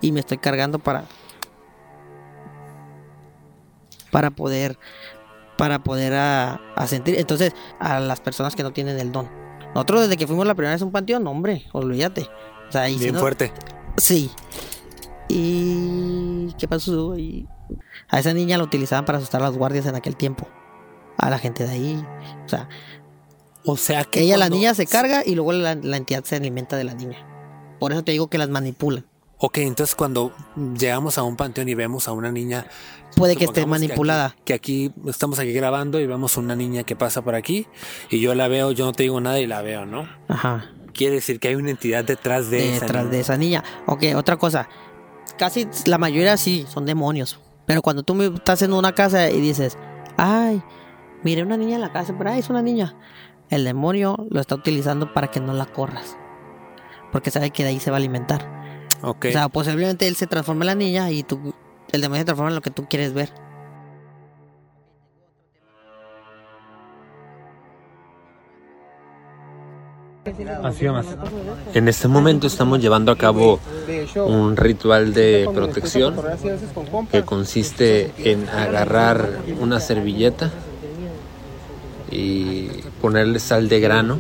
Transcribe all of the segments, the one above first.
y me estoy cargando para poder a sentir. Entonces, a las personas que no tienen el don. Nosotros desde que fuimos la primera vez a un panteón, hombre, olvídate. O sea, y bien fuerte. Sí. ¿Y qué pasó? Y a esa niña la utilizaban para asustar a los guardias en aquel tiempo. A la gente de ahí. O sea que la niña se carga y luego la entidad se alimenta de la niña. Por eso te digo que las manipulan. Ok, entonces cuando llegamos a un panteón y vemos a una niña, puede que esté manipulada. Que aquí estamos aquí grabando y vemos a una niña que pasa por aquí y yo la veo, yo no te digo nada y la veo, ¿no? Ajá. Quiere decir que hay una entidad detrás de esa niña. Ok, otra cosa. Casi la mayoría sí son demonios. Pero cuando tú estás en una casa y dices, ay, mire una niña en la casa, pero es una niña. El demonio lo está utilizando para que no la corras. Porque sabe que de ahí se va a alimentar. Okay. O sea, posiblemente él se transforma en la niña y el demonio se transforma en lo que tú quieres ver. Así más. En este momento estamos llevando a cabo un ritual de protección que consiste en agarrar una servilleta y ponerle sal de grano.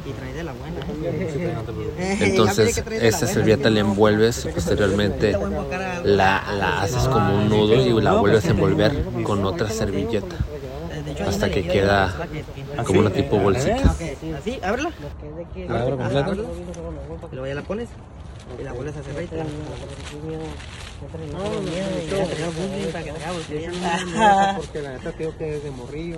Entonces esta servilleta la envuelves y posteriormente la haces como un nudo y la vuelves a envolver con otra servilleta hasta que queda como una tipo bolsita. Así, ábrela. ¿La abro completa? Y luego ya la pones y la vuelves a cerrar. Porque la neta creo que es de morrillo.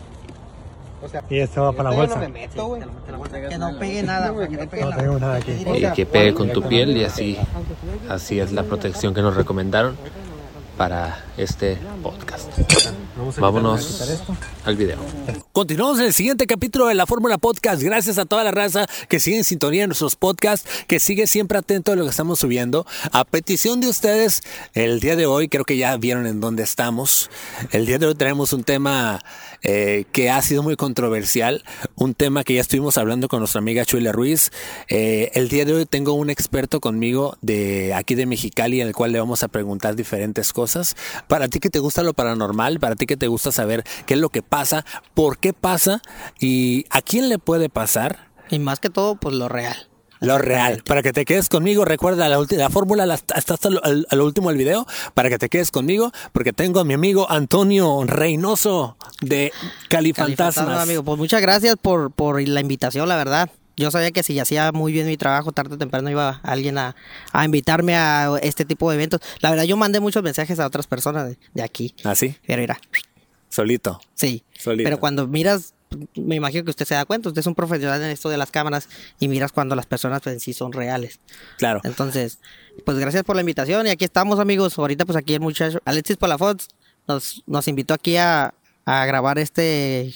O sea, y esto va para la bolsa. No me meto, güey. Que no pegue nada, que no pegue No tengo nada aquí. Y que pegue con tu piel y así es la protección que nos recomendaron para este podcast. Vámonos al video. Continuamos en el siguiente capítulo de la Fórmula Podcast. Gracias a toda la raza que sigue en sintonía en nuestros podcasts, que sigue siempre atento a lo que estamos subiendo. A petición de ustedes, el día de hoy, creo que ya vieron en dónde estamos. El día de hoy tenemos un tema que ha sido muy controversial, un tema que ya estuvimos hablando con nuestra amiga Chuila Ruiz. El día de hoy tengo un experto conmigo de aquí de Mexicali, en el cual le vamos a preguntar diferentes cosas. Para ti que te gusta lo paranormal, para ti que te gusta saber qué es lo que pasa, por qué pasa y a quién le puede pasar. Y más que todo, pues lo real. Lo real. Para que te quedes conmigo, recuerda la fórmula hasta lo último del video, para que te quedes conmigo, porque tengo a mi amigo Antonio Reynoso de Califantasmas. Amigo, pues muchas gracias por la invitación, la verdad. Yo sabía que si hacía muy bien mi trabajo, tarde o temprano iba alguien a invitarme a este tipo de eventos. La verdad, yo mandé muchos mensajes a otras personas de aquí. ¿Ah, sí? Pero mira. Solito. Sí. Solito. Pero cuando miras, me imagino que usted se da cuenta, usted es un profesional en esto de las cámaras y miras cuando las personas pues, en sí son reales. Claro. Entonces, pues gracias por la invitación y aquí estamos, amigos. Ahorita pues aquí el muchacho Alexis Palafox nos invitó aquí a grabar este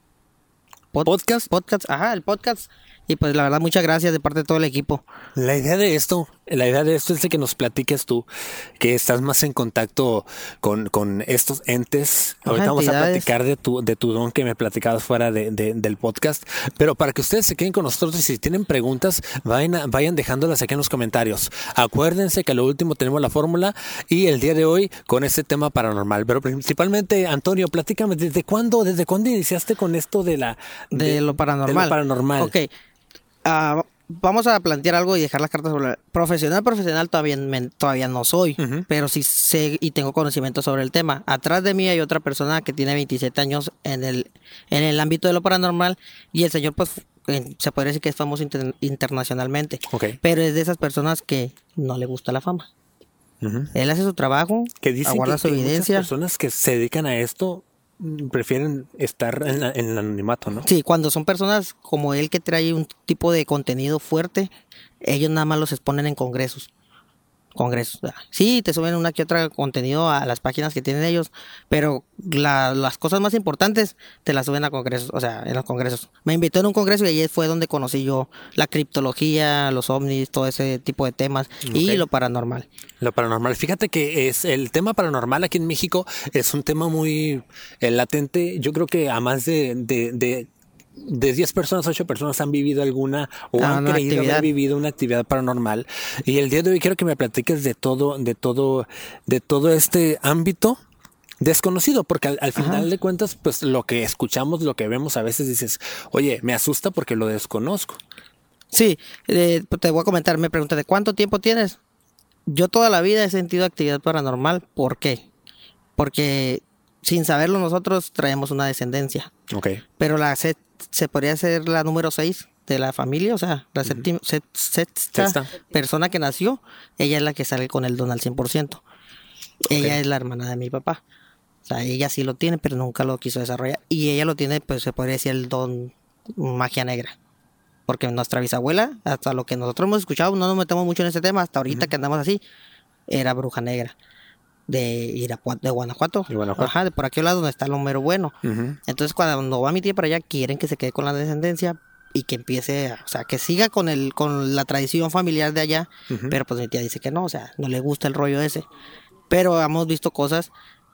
podcast. Ajá, el podcast. Y pues la verdad, muchas gracias de parte de todo el equipo. La idea de esto es de que nos platiques tú, que estás más en contacto con estos entes. Ahorita vamos a platicar de tu don que me platicabas fuera del podcast. Pero para que ustedes se queden con nosotros y si tienen preguntas, vayan dejándolas aquí en los comentarios. Acuérdense que a lo último tenemos la fórmula y el día de hoy con este tema paranormal. Pero principalmente, Antonio, platícame, ¿desde cuándo iniciaste con esto de lo paranormal? De lo paranormal. Ok. Vamos a plantear algo y dejar las cartas sobre profesional todavía no soy, pero sí sé y tengo conocimiento sobre el tema. Atrás de mí hay otra persona que tiene 27 años en el ámbito de lo paranormal y el señor pues se podría decir que es famoso internacionalmente, pero es de esas personas que no le gusta la fama. Él hace su trabajo, aguarda su evidencia. Muchas personas que se dedican a esto prefieren estar en el anonimato, ¿no? Sí, cuando son personas como él que trae un tipo de contenido fuerte, ellos nada más los exponen en congresos. Sí, te suben una que otra contenido a las páginas que tienen ellos, pero las cosas más importantes te las suben a congresos, o sea, en los congresos. Me invitó en un congreso y ahí fue donde conocí yo la criptología, los ovnis, todo ese tipo de temas y lo paranormal. Lo paranormal, fíjate que es el tema paranormal aquí en México es un tema muy latente, yo creo que a más de de 10 personas, 8 personas han vivido alguna o han una creído actividad. haber vivido una actividad paranormal. Y el día de hoy quiero que me platiques de todo este ámbito desconocido, porque al final de cuentas, pues lo que escuchamos, lo que vemos, a veces dices, oye, me asusta porque lo desconozco. Sí, pues te voy a comentar, me pregunta, ¿de cuánto tiempo tienes? Yo toda la vida he sentido actividad paranormal. ¿Por qué? Porque sin saberlo nosotros traemos una descendencia. Ok. Pero se podría ser la número 6 de la familia, o sea, la sexta persona que nació, ella es la que sale con el don al 100%. Ella es la hermana de mi papá. O sea, ella sí lo tiene, pero nunca lo quiso desarrollar. Y ella lo tiene, pues se podría decir el don magia negra. Porque nuestra bisabuela, hasta lo que nosotros hemos escuchado, no nos metemos mucho en ese tema, hasta ahorita que andamos así, era bruja negra de Guanajuato. Ajá, de por aquel lado donde está el número bueno. Entonces cuando va mi tía para allá, quieren que se quede con la descendencia y que empiece, o sea, que siga con la tradición familiar de allá, pero pues mi tía dice que no, o sea, no le gusta el rollo ese. Pero hemos visto cosas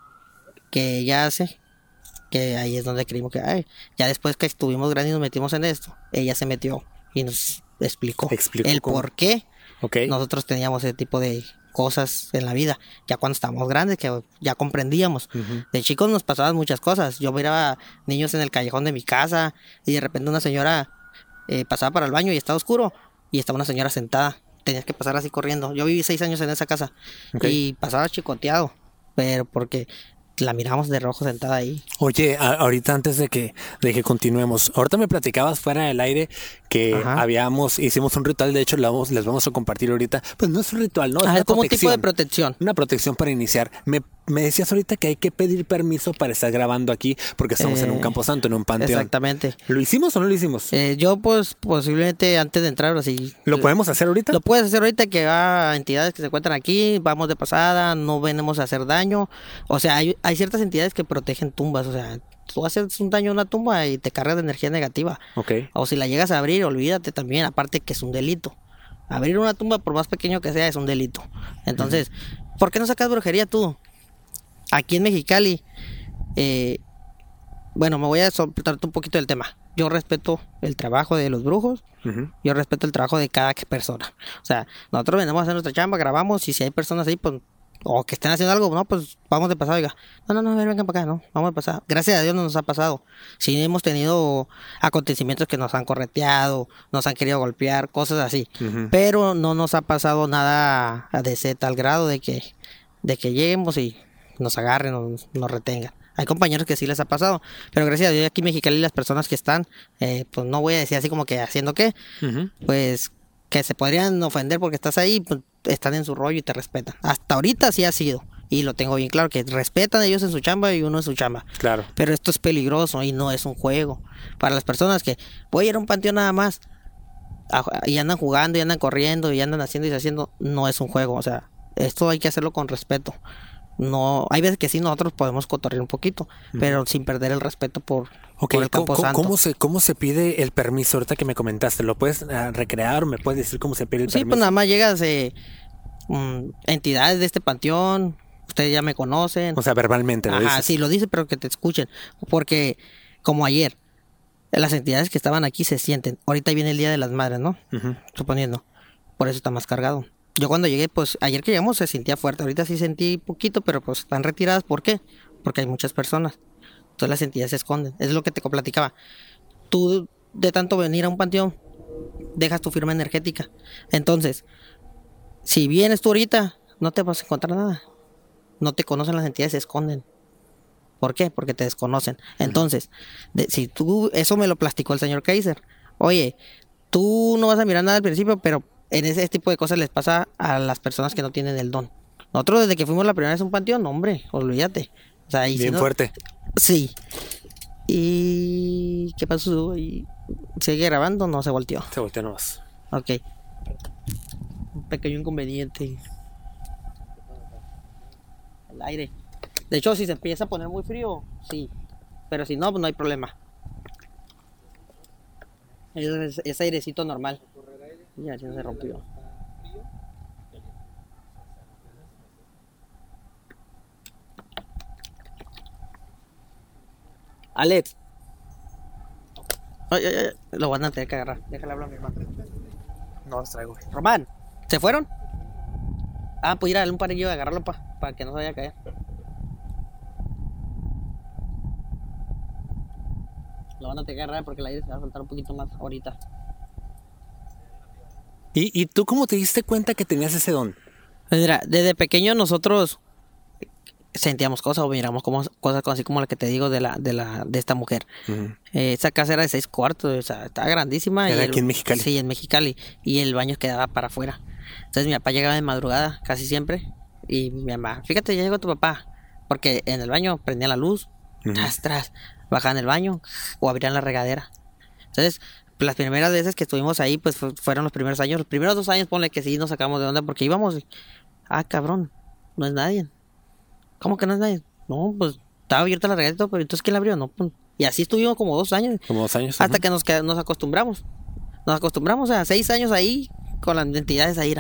que ella hace, que ahí es donde creímos que, ya después que estuvimos grandes y nos metimos en esto, ella se metió y nos explicó el por qué nosotros teníamos ese tipo de cosas en la vida, ya cuando estábamos grandes, que ya comprendíamos. De chicos nos pasaban muchas cosas. Yo miraba niños en el callejón de mi casa y de repente una señora pasaba para el baño y estaba oscuro y estaba una señora sentada. Tenías que pasar así corriendo. Yo viví 6 años en esa casa y pasaba chicoteado, pero porque la miramos de rojo sentada ahí. Oye, ahorita antes de que continuemos, ahorita me platicabas fuera del aire que hicimos un ritual, de hecho les vamos a compartir ahorita. Pues no es un ritual, ¿no? Es como un tipo de protección. Una protección para iniciar. Me decías ahorita que hay que pedir permiso para estar grabando aquí porque estamos en un camposanto, en un panteón. Exactamente. ¿Lo hicimos o no lo hicimos? Yo pues posiblemente antes de entrar así. ¿Lo podemos hacer ahorita? Lo puedes hacer ahorita, que va entidades que se encuentran aquí, vamos de pasada, no venimos a hacer daño. O sea, hay ciertas entidades que protegen tumbas, o sea, tú haces un daño a una tumba y te cargas de energía negativa. O si la llegas a abrir, olvídate también, aparte que es un delito. Abrir una tumba, por más pequeño que sea, es un delito. Entonces, ¿por qué no sacas brujería tú? Aquí en Mexicali, bueno, me voy a soltarte un poquito del tema. Yo respeto el trabajo de los brujos, yo respeto el trabajo de cada persona. O sea, nosotros venimos a hacer nuestra chamba, grabamos, y si hay personas ahí, pues, o que estén haciendo algo, no, pues vamos de pasado, oiga. No, a ver, vengan para acá, no, vamos de pasado. Gracias a Dios no nos ha pasado. Sí hemos tenido acontecimientos que nos han correteado, nos han querido golpear, cosas así. Pero no nos ha pasado nada de ese tal grado de que lleguemos y nos agarren, nos retengan. Hay compañeros que sí les ha pasado, pero gracias a Dios aquí en Mexicali las personas que están, pues no voy a decir así como que haciendo qué, pues que se podrían ofender porque estás ahí, pues están en su rollo y te respetan. Hasta ahorita sí ha sido, y lo tengo bien claro, que respetan ellos en su chamba y uno en su chamba. Claro. Pero esto es peligroso y no es un juego. Para las personas que voy a ir a un panteón nada más y andan jugando y andan corriendo y andan haciendo y deshaciendo, no es un juego. O sea, esto hay que hacerlo con respeto. No, hay veces que sí nosotros podemos cotorrear un poquito, pero sin perder el respeto por el camposanto. ¿Cómo se pide el permiso? Ahorita que me comentaste, ¿lo puedes recrear o me puedes decir cómo se pide el permiso? Sí, pues nada más llegas entidades de este panteón, ustedes ya me conocen. O sea, verbalmente lo dices. Sí, lo dice, pero que te escuchen, porque como ayer, las entidades que estaban aquí se sienten. Ahorita viene el Día de las Madres, ¿no? Suponiendo, por eso está más cargado. Yo cuando llegué, pues ayer que llegamos se sentía fuerte, ahorita sí sentí poquito, pero pues están retiradas. ¿Por qué? Porque hay muchas personas. Entonces las entidades se esconden. Es lo que te platicaba. Tú, de tanto venir a un panteón, dejas tu firma energética. Entonces, si vienes tú ahorita, no te vas a encontrar nada. No te conocen las entidades, se esconden. ¿Por qué? Porque te desconocen. Entonces, si tú, eso me lo platicó el señor Kaiser. Oye, tú no vas a mirar nada al principio, pero en ese tipo de cosas les pasa a las personas que no tienen el don. Nosotros desde que fuimos la primera vez a un panteón, hombre, olvídate. O sea, bien fuerte. Sí. ¿Y qué pasó? ¿Y sigue grabando? No, se volteó. Se volteó nomás. Ok. Un pequeño inconveniente. El aire. De hecho, si se empieza a poner muy frío, sí. Pero si no, pues no hay problema. Es airecito normal. Ya se rompió. Alex. Ay. Lo van a tener que agarrar. Déjale hablar a mi hermano. No los traigo. Román, ¿se fueron? Pues ir a darle un parillo y agarrarlo para que no se vaya a caer. Lo van a tener que agarrar porque el aire se va a soltar un poquito más ahorita. ¿Y tú cómo te diste cuenta que tenías ese don? Pues mira, desde pequeño nosotros sentíamos cosas o miramos cosas así como la que te digo de esta mujer. Esa casa era de 6 cuartos, o sea, estaba grandísima. ¿Era aquí en Mexicali? Sí, en Mexicali. Y el baño quedaba para afuera. Entonces mi papá llegaba de madrugada, casi siempre. Y mi mamá, fíjate, ya llegó tu papá. Porque en el baño prendían la luz, tras, bajaban el baño o abrían la regadera. Entonces, las primeras veces que estuvimos ahí, pues fueron los primeros años. Los primeros 2 años, ponle que sí nos sacamos de onda porque íbamos. Cabrón, no es nadie. ¿Cómo que no es nadie? No, pues estaba abierta la regadera y todo, pero entonces ¿quién la abrió? No, pues, y así estuvimos como 2 años. Como 2 años. Hasta que nos acostumbramos. Nos acostumbramos a 6 años ahí con las entidades ahí.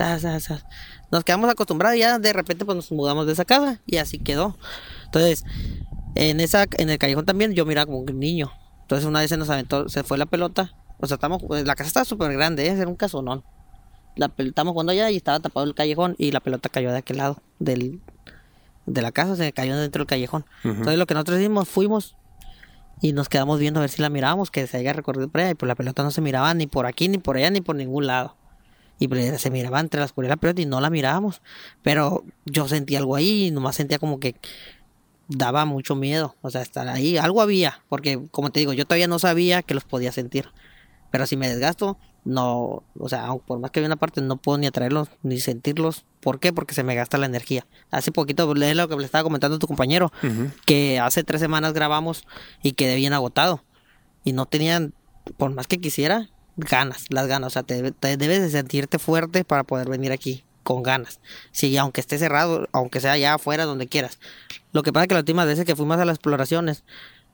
Nos quedamos acostumbrados y ya de repente pues nos mudamos de esa casa y así quedó. Entonces, en el callejón también yo miraba como un niño. Entonces una vez se nos aventó, se fue la pelota. O sea, la casa estaba súper grande, era un casonón. Estamos jugando allá y estaba tapado el callejón y la pelota cayó de aquel lado de la casa, se cayó dentro del callejón. Entonces lo que nosotros hicimos, fuimos y nos quedamos viendo a ver si la mirábamos, que se haya recorrido por allá, y pues la pelota no se miraba ni por aquí, ni por allá, ni por ningún lado. Y pues, se miraba entre las oscuridad la pelota y no la mirábamos. Pero yo sentí algo ahí y nomás sentía como que daba mucho miedo, o sea, estar ahí, algo había, porque como te digo, yo todavía no sabía que los podía sentir, pero si me desgasto, no, o sea, por más que haya una parte, no puedo ni atraerlos, ni sentirlos. ¿Por qué? Porque se me gasta la energía. Hace poquito, es lo que le estaba comentando a tu compañero, que hace 3 semanas grabamos y quedé bien agotado, y no tenían, por más que quisiera, las ganas, o sea, te debes de sentirte fuerte para poder venir aquí con ganas. Sí, aunque esté cerrado, aunque sea allá afuera, donde quieras. Lo que pasa es que las últimas veces que fuimos a las exploraciones,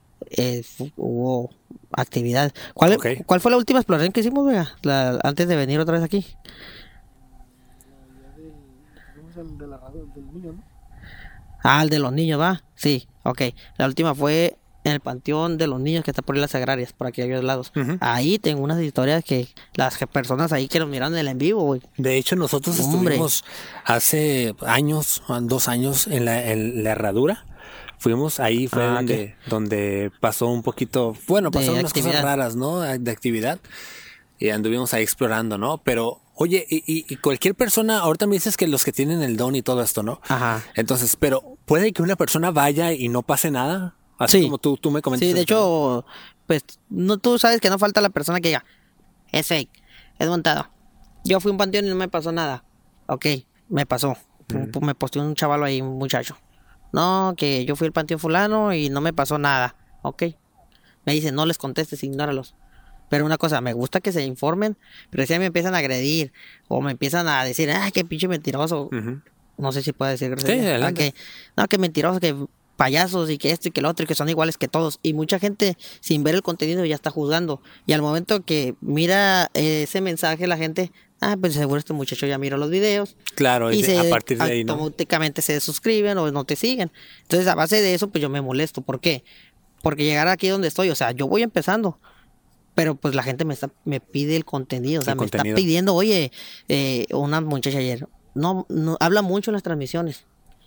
hubo actividad. ¿Cuál fue la última exploración que hicimos, vea? Antes de venir otra vez aquí. El de del niño, ¿no? El de los niños, ¿va? Sí, ok. La última fue en el panteón de los niños que está por ahí las agrarias, por aquellos lados. Ahí tengo unas historias que las personas ahí que nos miraron en el en vivo, güey. De hecho, nosotros estuvimos hace años, 2 años, en la herradura. Fuimos, ahí fue donde pasó un poquito, bueno, pasaron unas cosas raras, ¿no? De actividad. Y anduvimos ahí explorando, ¿no? Pero, oye, y cualquier persona, ahorita me dices que los que tienen el don y todo esto, ¿no? Ajá. Entonces, pero, ¿puede que una persona vaya y no pase nada? Así como tú me comentas. Sí, de hecho, pues, no, tú sabes que no falta la persona que diga, es fake, es montado. Yo fui a un panteón y no me pasó nada. Ok, me pasó. Me posteó un chavalo ahí, un muchacho. No, que yo fui al panteón fulano y no me pasó nada. Ok. Me dice, no les contestes, ignóralos. Pero una cosa, me gusta que se informen, pero si me empiezan a agredir o me empiezan a decir, qué pinche mentiroso. No sé si puedo decir grosería. No, que mentiroso, que payasos y que esto y que lo otro y que son iguales que todos. Y mucha gente sin ver el contenido ya está juzgando. Y al momento que mira ese mensaje la gente, pues seguro este muchacho ya miró los videos. Claro, y a partir de ahí, ¿no? Automáticamente se suscriben o no te siguen. Entonces a base de eso pues yo me molesto. ¿Por qué? Porque llegar aquí donde estoy, o sea, yo voy empezando. Pero pues la gente me pide el contenido, o sea, está pidiendo, oye, una muchacha ayer, no habla mucho en las transmisiones.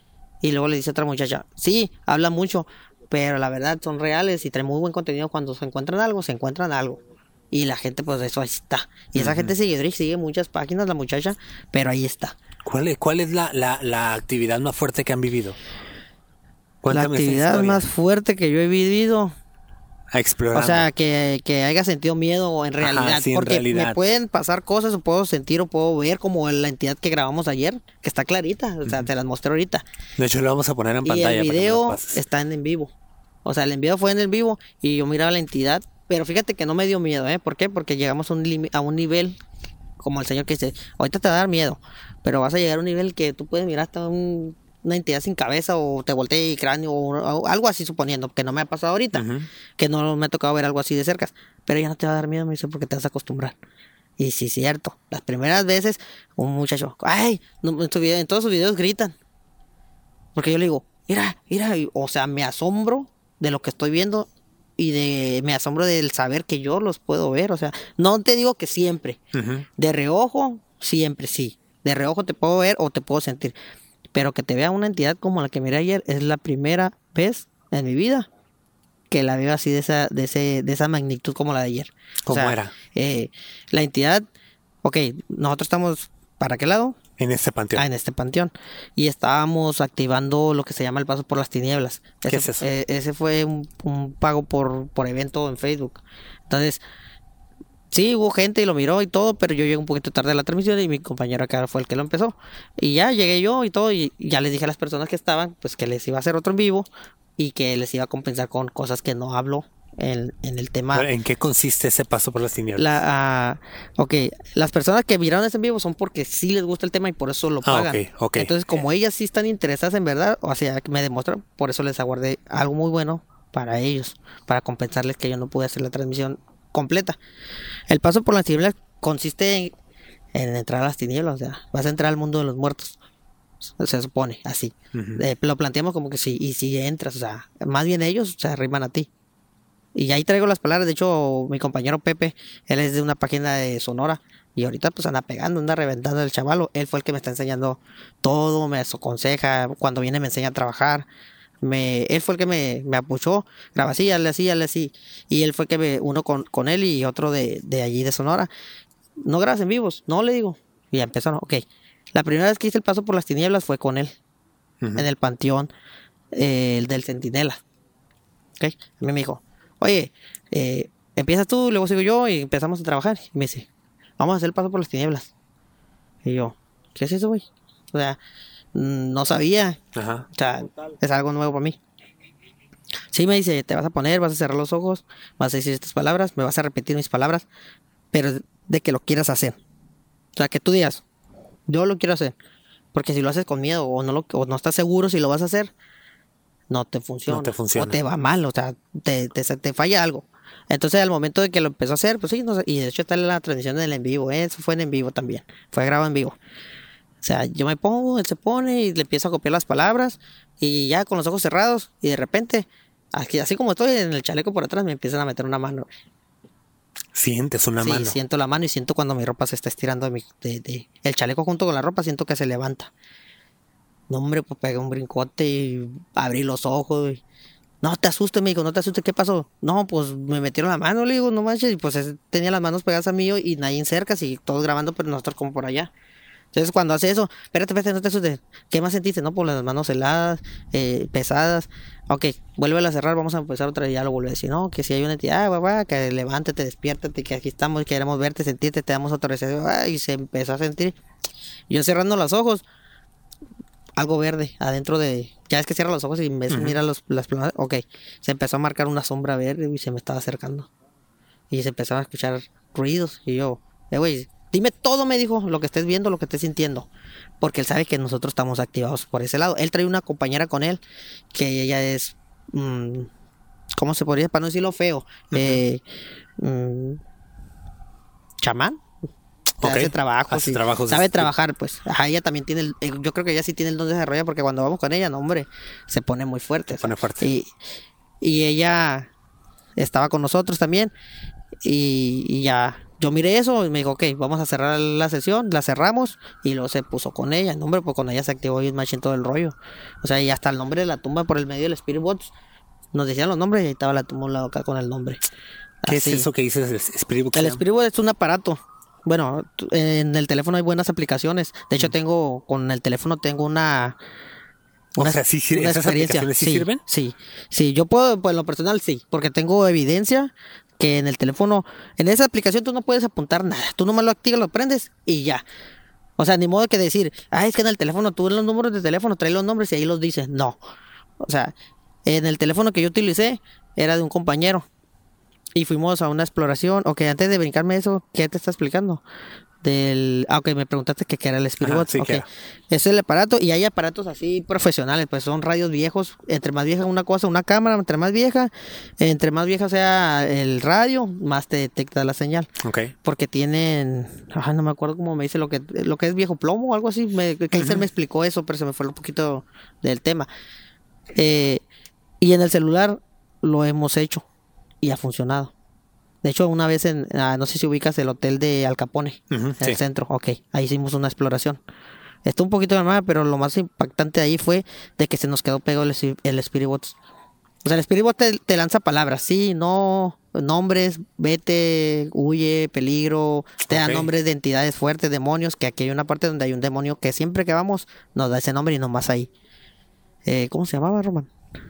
Y luego le dice a otra muchacha, sí, habla mucho, pero la verdad son reales y traen muy buen contenido. Cuando se encuentran algo. Y la gente, pues eso ahí está. Y esa gente sigue muchas páginas, la muchacha, pero ahí está. ¿Cuál es la actividad más fuerte que han vivido? Cuéntame. La actividad más fuerte que yo he vivido... Explorando. O sea, que haya sentido miedo en realidad. Sí, porque en realidad me pueden pasar cosas, o puedo sentir o puedo ver, como la entidad que grabamos ayer, que está clarita. O sea, te las mostré ahorita. De hecho, lo vamos a poner en pantalla. Y el video está en vivo. O sea, el envío fue en el vivo y yo miraba la entidad. Pero fíjate que no me dio miedo, ¿eh? ¿Por qué? Porque llegamos a un nivel, como el señor que dice, ahorita te va a dar miedo, pero vas a llegar a un nivel que tú puedes mirar hasta una entidad sin cabeza o te voltee el cráneo o algo así, suponiendo que no me ha pasado ahorita, que no me ha tocado ver algo así de cerca, pero ya no te va a dar miedo, me dice, porque te vas a acostumbrar. Y sí, cierto, las primeras veces un muchacho, en todos sus videos gritan, porque yo le digo, mira, o sea, me asombro de lo que estoy viendo y me asombro del saber que yo los puedo ver. O sea, no te digo que siempre. De reojo, siempre sí. De reojo te puedo ver o te puedo sentir. Pero que te vea una entidad como la que miré ayer es la primera vez en mi vida que la veo así de esa magnitud como la de ayer. ¿Cómo era? La entidad, nosotros estamos, ¿para qué lado? En este panteón. En este panteón. Y estábamos activando lo que se llama el paso por las tinieblas. ¿Qué es eso? Ese fue un pago por evento en Facebook. Entonces, sí, hubo gente y lo miró y todo, pero yo llegué un poquito tarde a la transmisión y mi compañero acá fue el que lo empezó. Y ya llegué yo y todo, y ya les dije a las personas que estaban, pues que les iba a hacer otro en vivo y que les iba a compensar con cosas que no hablo en el tema. ¿Pero en qué consiste ese paso por las tinieblas? Las personas que miraron ese en vivo son porque sí les gusta el tema y por eso lo pagan. Entonces, como ellas sí están interesadas en verdad, o sea, que me demuestran, por eso les aguardé algo muy bueno para ellos, para compensarles que yo no pude hacer la transmisión completa. El paso por las tinieblas consiste en entrar a las tinieblas, o sea, vas a entrar al mundo de los muertos. Se supone, así. Lo planteamos como que sí, y si entras, o sea, más bien ellos se arriman a ti. Y ahí traigo las palabras. De hecho, mi compañero Pepe, él es de una página de Sonora y ahorita pues anda pegando, anda reventando el chavalo. Él fue el que me está enseñando todo, me aconseja, cuando viene me enseña a trabajar. Él fue el que me apuchó, graba así, hazle así, hazle así. Y él fue el que uno con él y otro de allí de Sonora. No grabas en vivos, no le digo. Y ya empezaron, La primera vez que hice el paso por las tinieblas fue con él, en el panteón, el del Centinela. A mí me dijo, oye, empiezas tú, luego sigo yo y empezamos a trabajar. Y me dice, vamos a hacer el paso por las tinieblas. Y yo, ¿qué es eso, güey? O sea, no sabía. Ajá. O sea, es algo nuevo para mí. Sí, me dice, te vas a poner, vas a cerrar los ojos, vas a decir estas palabras, me vas a repetir mis palabras, pero de que lo quieras hacer. O sea, que tú digas, yo lo quiero hacer. Porque si lo haces con miedo o no estás seguro si lo vas a hacer, no te funciona. No te funciona. O te va mal, o sea, te falla algo. Entonces, al momento de que lo empezó a hacer, pues sí, y de hecho está en la transmisión del en vivo, eso fue en vivo también, fue grabado en vivo. O sea, yo me pongo, él se pone y le empiezo a copiar las palabras y ya con los ojos cerrados y de repente, así como estoy en el chaleco por atrás, me empiezan a meter una mano. ¿Sientes una mano? Sí, siento la mano y siento cuando mi ropa se está estirando el chaleco junto con la ropa, siento que se levanta. No, hombre, pues pegué un brincote y abrí los ojos. No te asustes, me dijo, no te asustes, ¿qué pasó? No, pues me metieron la mano, le digo, no manches, y pues tenía las manos pegadas a mí y nadie cerca, y todos grabando, pero nosotros como por allá. Entonces cuando hace eso, espérate, no te asustes. ¿Qué más sentiste? No, pues las manos heladas, pesadas. Vuélvela a cerrar, vamos a empezar otra vez. Ya lo vuelve a decir, no, que si hay una entidad, que levántate, despiértate, que aquí estamos, queremos verte, sentirte, te damos autorización. Y se empezó a sentir. Yo cerrando los ojos, algo verde adentro ya es que cierra los ojos y mira las plumas. Se empezó a marcar una sombra verde y se me estaba acercando. Y se empezaba a escuchar ruidos. Y yo, güey, dime todo, me dijo, lo que estés viendo, lo que estés sintiendo. Porque él sabe que nosotros estamos activados por ese lado. Él trae una compañera con él, que ella es, ¿cómo se podría? Para no decirlo feo. Chamán. Hace trabajos. Sabe trabajar, pues. Ajá, ella también tiene yo creo que ella sí tiene el don de desarrollar, porque cuando vamos con ella, no, hombre, se pone muy fuerte. Y ella estaba con nosotros también. Y ya, yo miré eso y me dijo, vamos a cerrar la sesión, la cerramos y luego se puso con ella, no, hombre, pues con ella se activó bien machín todo el rollo. O sea, y hasta el nombre de la tumba por el medio del Spirit Box, nos decían los nombres y ahí estaba la tumba a un lado acá con el nombre. ¿Qué es eso que dices, el Spirit Box? El Spirit Box es un aparato. Bueno, en el teléfono hay buenas aplicaciones. De hecho, con el teléfono tengo una ¿esas aplicaciones sí sirven? Sí, yo puedo, pues en lo personal sí, porque tengo evidencia que en el teléfono, en esa aplicación tú no puedes apuntar nada, tú nomás lo activas, lo prendes y ya. O sea, ni modo que decir, es que en el teléfono tú ves los números de teléfono, traes los nombres y ahí los dices. No. O sea, en el teléfono que yo utilicé era de un compañero y fuimos a una exploración. Antes de brincarme eso, ¿qué te está explicando? Me preguntaste que qué era el Spirit Box. Es el aparato y hay aparatos así profesionales, pues son radios viejos. Entre más vieja una cosa, una cámara, entre más vieja sea el radio, más te detecta la señal. Porque tienen, no me acuerdo cómo me dice lo que es viejo plomo o algo así. Kaiser me explicó eso, pero se me fue un poquito del tema. Y en el celular lo hemos hecho. y ha funcionado. De hecho, una vez no sé si ubicas el hotel de Al Capone, en el centro. Ok, ahí hicimos una exploración. Estuvo un poquito de mal, pero lo más impactante ahí fue de que se nos quedó pegado el Spirit Box. O sea, el Spirit Box te lanza palabras, sí, no, nombres, vete, huye, peligro, te da nombres de entidades fuertes, demonios, que aquí hay una parte donde hay un demonio que siempre que vamos nos da ese nombre y nomás ahí. ¿Cómo se llamaba, Román?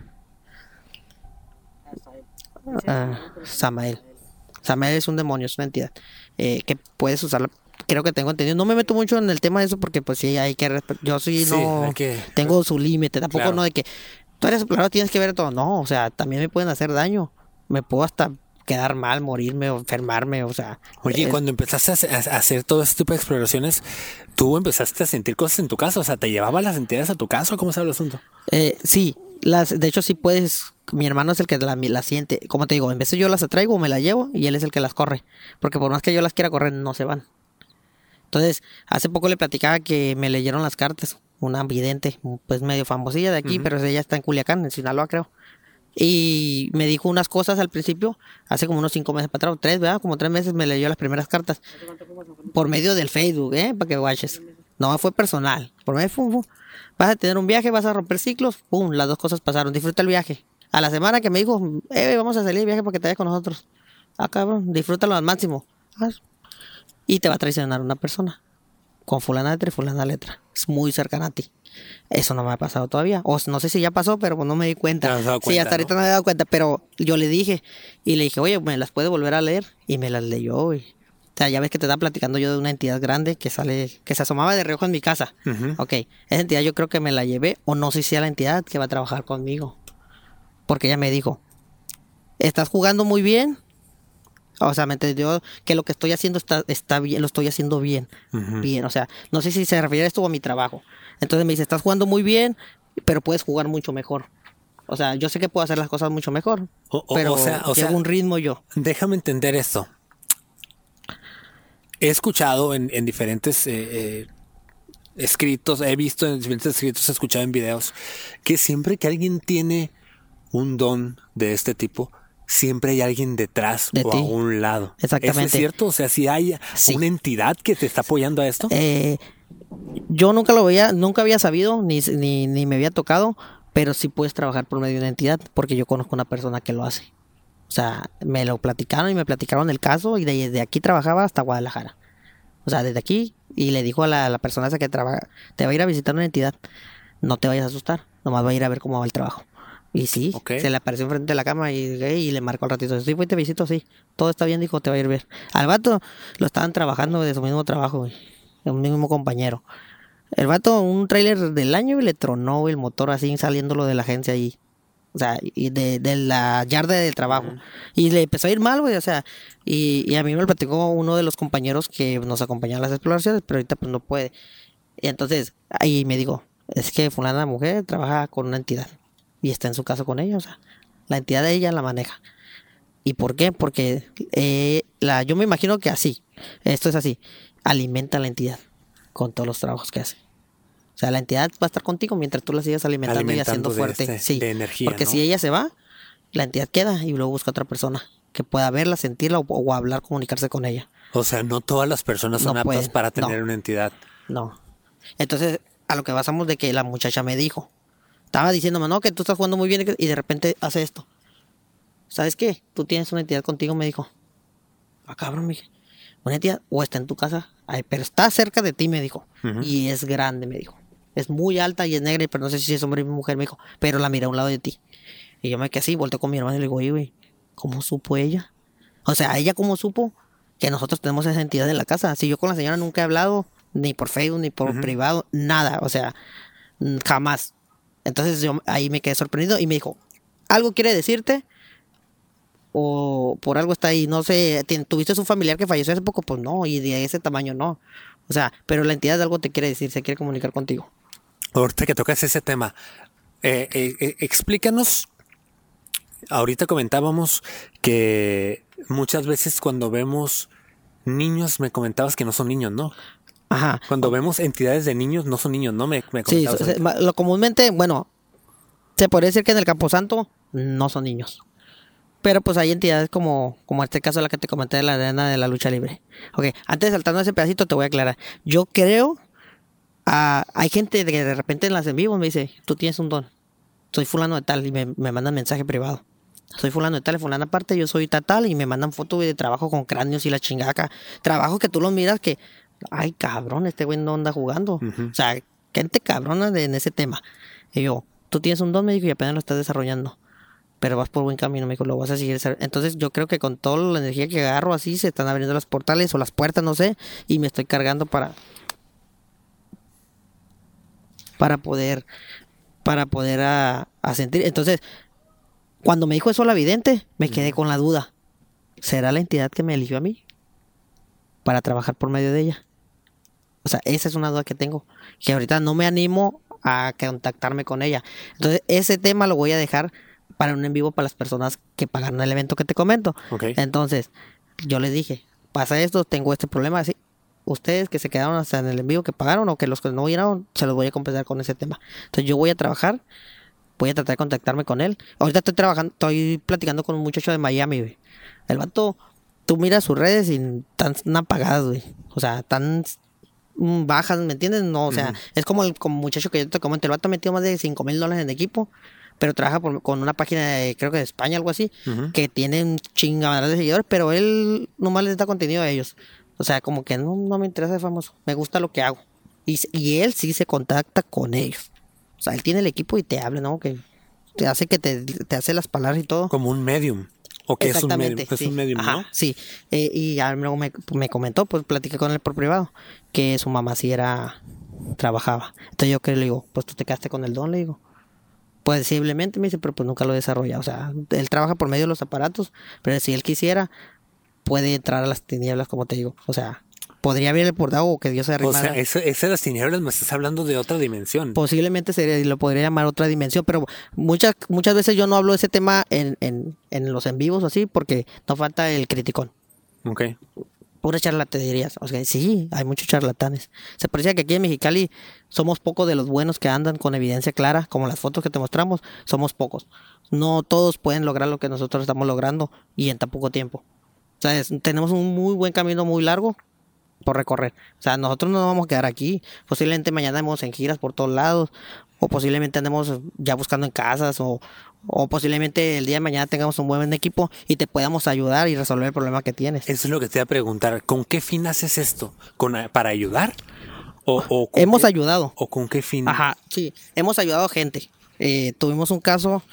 Samael. Samael es un demonio, es una entidad que puedes usarla. Creo que tengo entendido. No me meto mucho en el tema de eso porque pues sí hay que yo sí no tengo su límite. Tampoco no de que tú eres explorador, tienes que ver todo. No, o sea, también me pueden hacer daño. Me puedo hasta quedar mal, morirme o enfermarme, o sea. Oye, cuando empezaste a hacer todo este tipo de exploraciones, ¿tú empezaste a sentir cosas en tu casa? O sea, ¿te llevaban las entidades a tu casa o cómo se el asunto? Sí, de hecho sí puedes. Mi hermano es el que la siente. Como te digo, en vez de yo las atraigo, me las llevo y él es el que las corre. Porque por más que yo las quiera correr, no se van. Entonces, hace poco le platicaba que me leyeron las cartas. Una vidente, pues medio famosilla de aquí, pero ella está en Culiacán, en Sinaloa, creo. Y me dijo unas cosas al principio, hace como unos 5 meses para atrás, 3, ¿verdad? Como 3 meses me leyó las primeras cartas. Por medio del Facebook, para que guaches. No, fue personal. Por medio de vas a tener un viaje, vas a romper ciclos, pum, las 2 cosas pasaron. Disfruta el viaje. A la semana que me dijo, vamos a salir de viaje para que te vayas con nosotros. Cabrón, disfrútalo al máximo. Y te va a traicionar una persona. Con fulana letra y fulana letra. Es muy cercana a ti. Eso no me ha pasado todavía. O no sé si ya pasó, pero no me di cuenta. Sí, hasta ahorita no me he dado cuenta. Pero yo le dije, oye, ¿me las puede volver a leer? Y me las leyó, güey. O sea, ya ves que te estaba platicando yo de una entidad grande que se asomaba de reojo en mi casa. Ok, esa entidad yo creo que me la llevé, o no sé si sea la entidad que va a trabajar conmigo. Porque ella me dijo, estás jugando muy bien. O sea, me entendió que lo que estoy haciendo está bien, lo estoy haciendo bien. Bien, o sea, no sé si se refiere a esto o a mi trabajo. Entonces me dice, estás jugando muy bien, pero puedes jugar mucho mejor. O sea, yo sé que puedo hacer las cosas mucho mejor, pero llevo un ritmo yo. Déjame entender esto. He escuchado en diferentes escritos, he visto en diferentes escritos, he escuchado en videos, que siempre que alguien tiene un don de este tipo, siempre hay alguien detrás o a un lado. Exactamente. ¿Eso es cierto? O sea, si hay una entidad que te está apoyando a esto. Yo nunca había sabido, ni me había tocado, pero sí puedes trabajar por medio de una entidad, porque yo conozco una persona que lo hace. O sea, me lo platicaron y me platicaron el caso, y desde aquí trabajaba hasta Guadalajara. O sea, desde aquí, y le dijo a la persona esa que trabaja, te va a ir a visitar una entidad, no te vayas a asustar, nomás va a ir a ver cómo va el trabajo. Y sí, se le apareció enfrente de la cama y le marcó al ratito. Sí, te visito, sí. Todo está bien, dijo, te va a ir a ver. Al vato lo estaban trabajando de su mismo trabajo, güey. Un mismo compañero. El vato, un tráiler del año y le tronó el motor así saliéndolo de la agencia ahí. O sea, y de la yarda del trabajo. Y le empezó a ir mal, güey. O sea, y a mí me lo platicó uno de los compañeros que nos acompañaba a las exploraciones, pero ahorita pues no puede. Y entonces, ahí me dijo, es que fulana mujer trabaja con una entidad. Y está en su casa con ella, o sea, la entidad de ella la maneja. ¿Y por qué? Porque yo me imagino que esto es así, alimenta a la entidad con todos los trabajos que hace. O sea, la entidad va a estar contigo mientras tú la sigas alimentando y haciendo fuerte. De energía, porque si ella se va, la entidad queda y luego busca otra persona que pueda verla, sentirla o hablar, comunicarse con ella. O sea, no todas las personas son aptas para tener una entidad. No. Entonces, a lo que basamos de que la muchacha me dijo. Estaba diciéndome, no, que tú estás jugando muy bien y de repente hace esto. ¿Sabes qué? Tú tienes una entidad contigo, me dijo. Cabrón, me dije. Una entidad, o está en tu casa, pero está cerca de ti, me dijo. Y es grande, me dijo. Es muy alta y es negra, pero no sé si es hombre o mujer, me dijo. Pero la miré a un lado de ti. Y yo me quedé así, volteé con mi hermano y le digo, oye, güey, ¿cómo supo ella? O sea, ¿ella cómo supo que nosotros tenemos esa entidad en la casa? Si yo con la señora nunca he hablado, ni por Facebook, ni por privado, nada. O sea, jamás. Entonces yo ahí me quedé sorprendido y me dijo, ¿algo quiere decirte? O por algo está ahí, no sé, ¿tuviste un familiar que falleció hace poco? Pues no, y de ese tamaño no. O sea, pero la entidad de algo te quiere decir, se quiere comunicar contigo. Ahorita que tocas ese tema, explícanos, ahorita comentábamos que muchas veces cuando vemos niños, me comentabas que no son niños, ¿no? Ajá. Cuando vemos entidades de niños, no son niños, ¿no? Me comentabas. Sí, lo comúnmente, bueno, se podría decir que en el Camposanto no son niños. Pero pues hay entidades como este caso, la que te comenté de la arena de la lucha libre. Ok, antes de saltarnos ese pedacito te voy a aclarar. Yo creo, hay gente que de repente en las en vivo me dice, tú tienes un don, soy fulano de tal, y me mandan mensaje privado. Soy fulano de tal, fulana aparte, yo soy tal, y me mandan fotos de trabajo con cráneos y la chingaca. Trabajos que tú los miras que, ay cabrón, este güey no anda jugando. O sea, gente cabrona en ese tema. Y yo, tú tienes un don, me dijo, y apenas lo estás desarrollando. Pero vas por buen camino, me dijo, lo vas a seguir. Entonces yo creo que con toda la energía que agarro así, se están abriendo los portales o las puertas, no sé, y me estoy cargando para poder a sentir. Entonces, cuando me dijo eso la vidente, me quedé con la duda. ¿Será la entidad que me eligió a mí para trabajar por medio de ella? O sea, esa es una duda que tengo, que ahorita no me animo a contactarme con ella. Entonces, ese tema lo voy a dejar para un en vivo para las personas que pagaron el evento que te comento. Okay. Entonces, yo les dije, pasa esto, tengo este problema, así. Ustedes que se quedaron hasta en el en vivo que pagaron o que los que no vinieron, se los voy a compensar con ese tema. Entonces, yo voy a trabajar, voy a tratar de contactarme con él. Ahorita estoy platicando con un muchacho de Miami, güey. El vato, tú miras sus redes y están apagadas, güey. O sea, tan bajas, ¿me entiendes? No, o sea, es como el muchacho que yo te comento. El vato ha metido más de $5,000 en equipo, pero trabaja con una página creo que de España, algo así, que tiene un chingamadral de seguidores, pero él nomás les da contenido a ellos. O sea, como que no me interesa ser famoso. Me gusta lo que hago. Y él sí se contacta con ellos. O sea, él tiene el equipo y te habla, ¿no? Que te hace te hace las palabras y todo. Como un medium. ¿O qué es un medium? Sí. Es un medium, ¿no? Ajá, sí. Y ya luego me comentó, pues platiqué con él por privado, que su mamá sí trabajaba. Entonces yo que le digo, pues tú te quedaste con el don, le digo. Posiblemente me dice, pero pues nunca lo he desarrollado. O sea, él trabaja por medio de los aparatos, pero si él quisiera, puede entrar a las tinieblas, como te digo. O sea, podría abrir el portal o que Dios se arrimara. O sea, esa de las tinieblas me estás hablando de otra dimensión. Posiblemente lo podría llamar otra dimensión, pero muchas veces yo no hablo de ese tema en los en vivos o así, porque no falta el criticón. Ok. Pura charlatanerías. O sea, sí, hay muchos charlatanes. Se parece que aquí en Mexicali somos pocos de los buenos que andan con evidencia clara, como las fotos que te mostramos, somos pocos. No todos pueden lograr lo que nosotros estamos logrando y en tan poco tiempo. O sea, tenemos un muy buen camino, muy largo por recorrer. O sea, nosotros no nos vamos a quedar aquí. Posiblemente mañana andemos en giras por todos lados, o posiblemente andemos ya buscando en casas, o posiblemente el día de mañana tengamos un buen equipo y te podamos ayudar y resolver el problema que tienes. Eso es lo que te iba a preguntar. ¿Con qué fin haces esto? ¿Para ayudar? Hemos ayudado. ¿O con qué fin? Ajá, sí. Hemos ayudado gente. Tuvimos un caso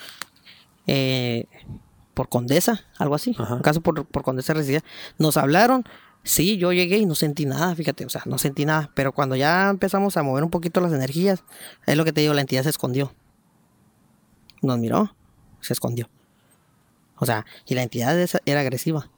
por Condesa, algo así. Ajá. Un caso por Condesa Residencia. Nos hablaron. Sí, yo llegué y no sentí nada, fíjate, o sea, no sentí nada, pero cuando ya empezamos a mover un poquito las energías, es lo que te digo, la entidad se escondió. Nos miró, se escondió. O sea, y la entidad era agresiva.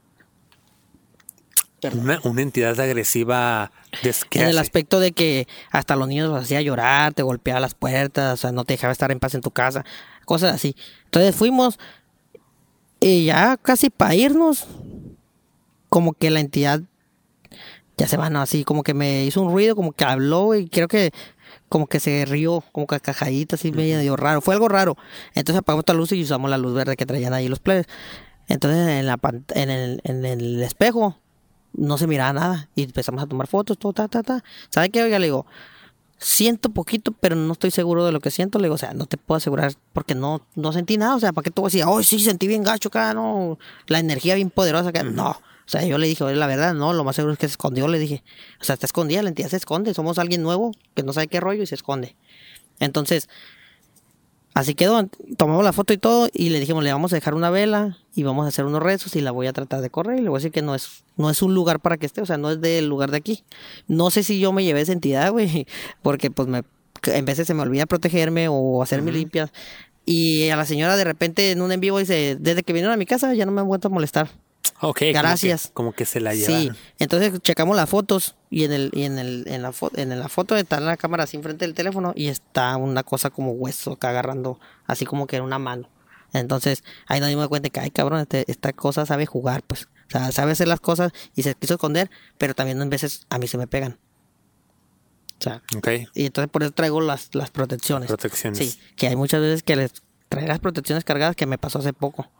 Una entidad agresiva en el aspecto de que hasta los niños los hacía llorar, te golpeaba las puertas, o sea, no te dejaba estar en paz en tu casa, cosas así. Entonces fuimos y ya casi para irnos, como que la entidad ya se va, ¿no? Así como que me hizo un ruido, como que habló y creo que como que se rió, como que cajadita así medio raro. Fue algo raro. Entonces apagamos la luz y usamos la luz verde que traían ahí los plebes. Entonces en el espejo no se miraba nada y empezamos a tomar fotos, todo, ¿Sabe qué? Oiga, le digo, siento poquito, pero no estoy seguro de lo que siento. Le digo, o sea, no te puedo asegurar porque no sentí nada. O sea, ¿para qué tú vas a decir, oh, sí, sentí bien gacho acá, no? La energía bien poderosa acá. No. O sea, yo le dije, oye, la verdad, no, lo más seguro es que se escondió, le dije. O sea, está escondida, la entidad se esconde. Somos alguien nuevo que no sabe qué rollo y se esconde. Entonces, así quedó. Tomamos la foto y todo y le dijimos, le vamos a dejar una vela y vamos a hacer unos rezos y la voy a tratar de correr. Y le voy a decir que no es un lugar para que esté, o sea, no es del lugar de aquí. No sé si yo me llevé esa entidad, güey, porque pues en veces se me olvida protegerme o hacerme limpias. Y a la señora de repente en un en vivo dice, desde que vinieron a mi casa ya no me han vuelto a molestar. Ok, gracias. Como que se la llevaron. Sí, entonces checamos las fotos y en la foto está la cámara así enfrente del teléfono y está una cosa como hueso acá agarrando, así como que en una mano. Entonces ahí nos dimos cuenta que, ay cabrón, esta cosa sabe jugar, pues. O sea, sabe hacer las cosas y se quiso esconder, pero también en veces a mí se me pegan. O sea, y entonces por eso traigo las protecciones. Protecciones. Sí, que hay muchas veces que les trae las protecciones cargadas, que me pasó hace poco.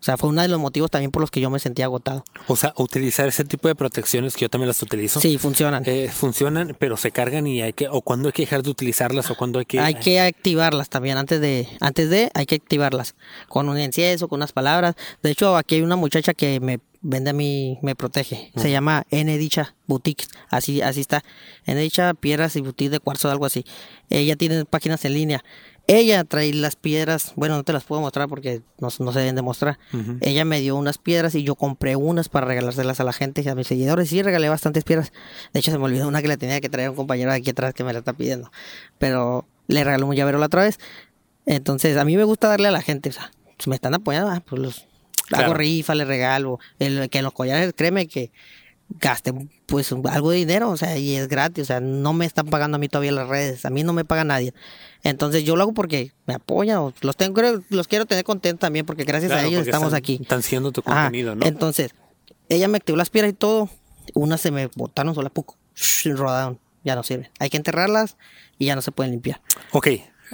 O sea, fue uno de los motivos también por los que yo me sentía agotado. O sea, utilizar ese tipo de protecciones que yo también las utilizo. Sí, funcionan. Funcionan, pero se cargan y o cuando hay que dejar de utilizarlas o cuando hay que... Hay que activarlas también, antes de hay que activarlas. Con un incienso, con unas palabras. De hecho, aquí hay una muchacha que me vende a mí, me protege. Se llama N Dicha Boutique. Así está. N Dicha Piedras y Boutique de Cuarzo, algo así. Ella tiene páginas en línea. Ella trae las piedras, bueno, no te las puedo mostrar porque no se deben de mostrar. Ella me dio unas piedras y yo compré unas para regalárselas a la gente y a mis seguidores. Sí, regalé bastantes piedras. De hecho, se me olvidó una que le tenía que traer a un compañero de aquí atrás que me la está pidiendo. Pero le regaló un llavero la otra vez. Entonces, a mí me gusta darle a la gente, o sea, si me están apoyando, pues hago rifa, le regalo. Que en los collares, créeme que gaste pues algo de dinero, o sea, y es gratis, o sea, no me están pagando a mí todavía las redes, a mí no me paga nadie. Entonces yo lo hago porque me apoyan, los quiero tener contentos también porque gracias a ellos estamos aquí. Están siendo tu contenido, ¿no? Entonces, ella me activó las piedras y todo, unas se me botaron sola poco, rodaron, ya no sirven. Hay que enterrarlas y ya no se pueden limpiar. Ok.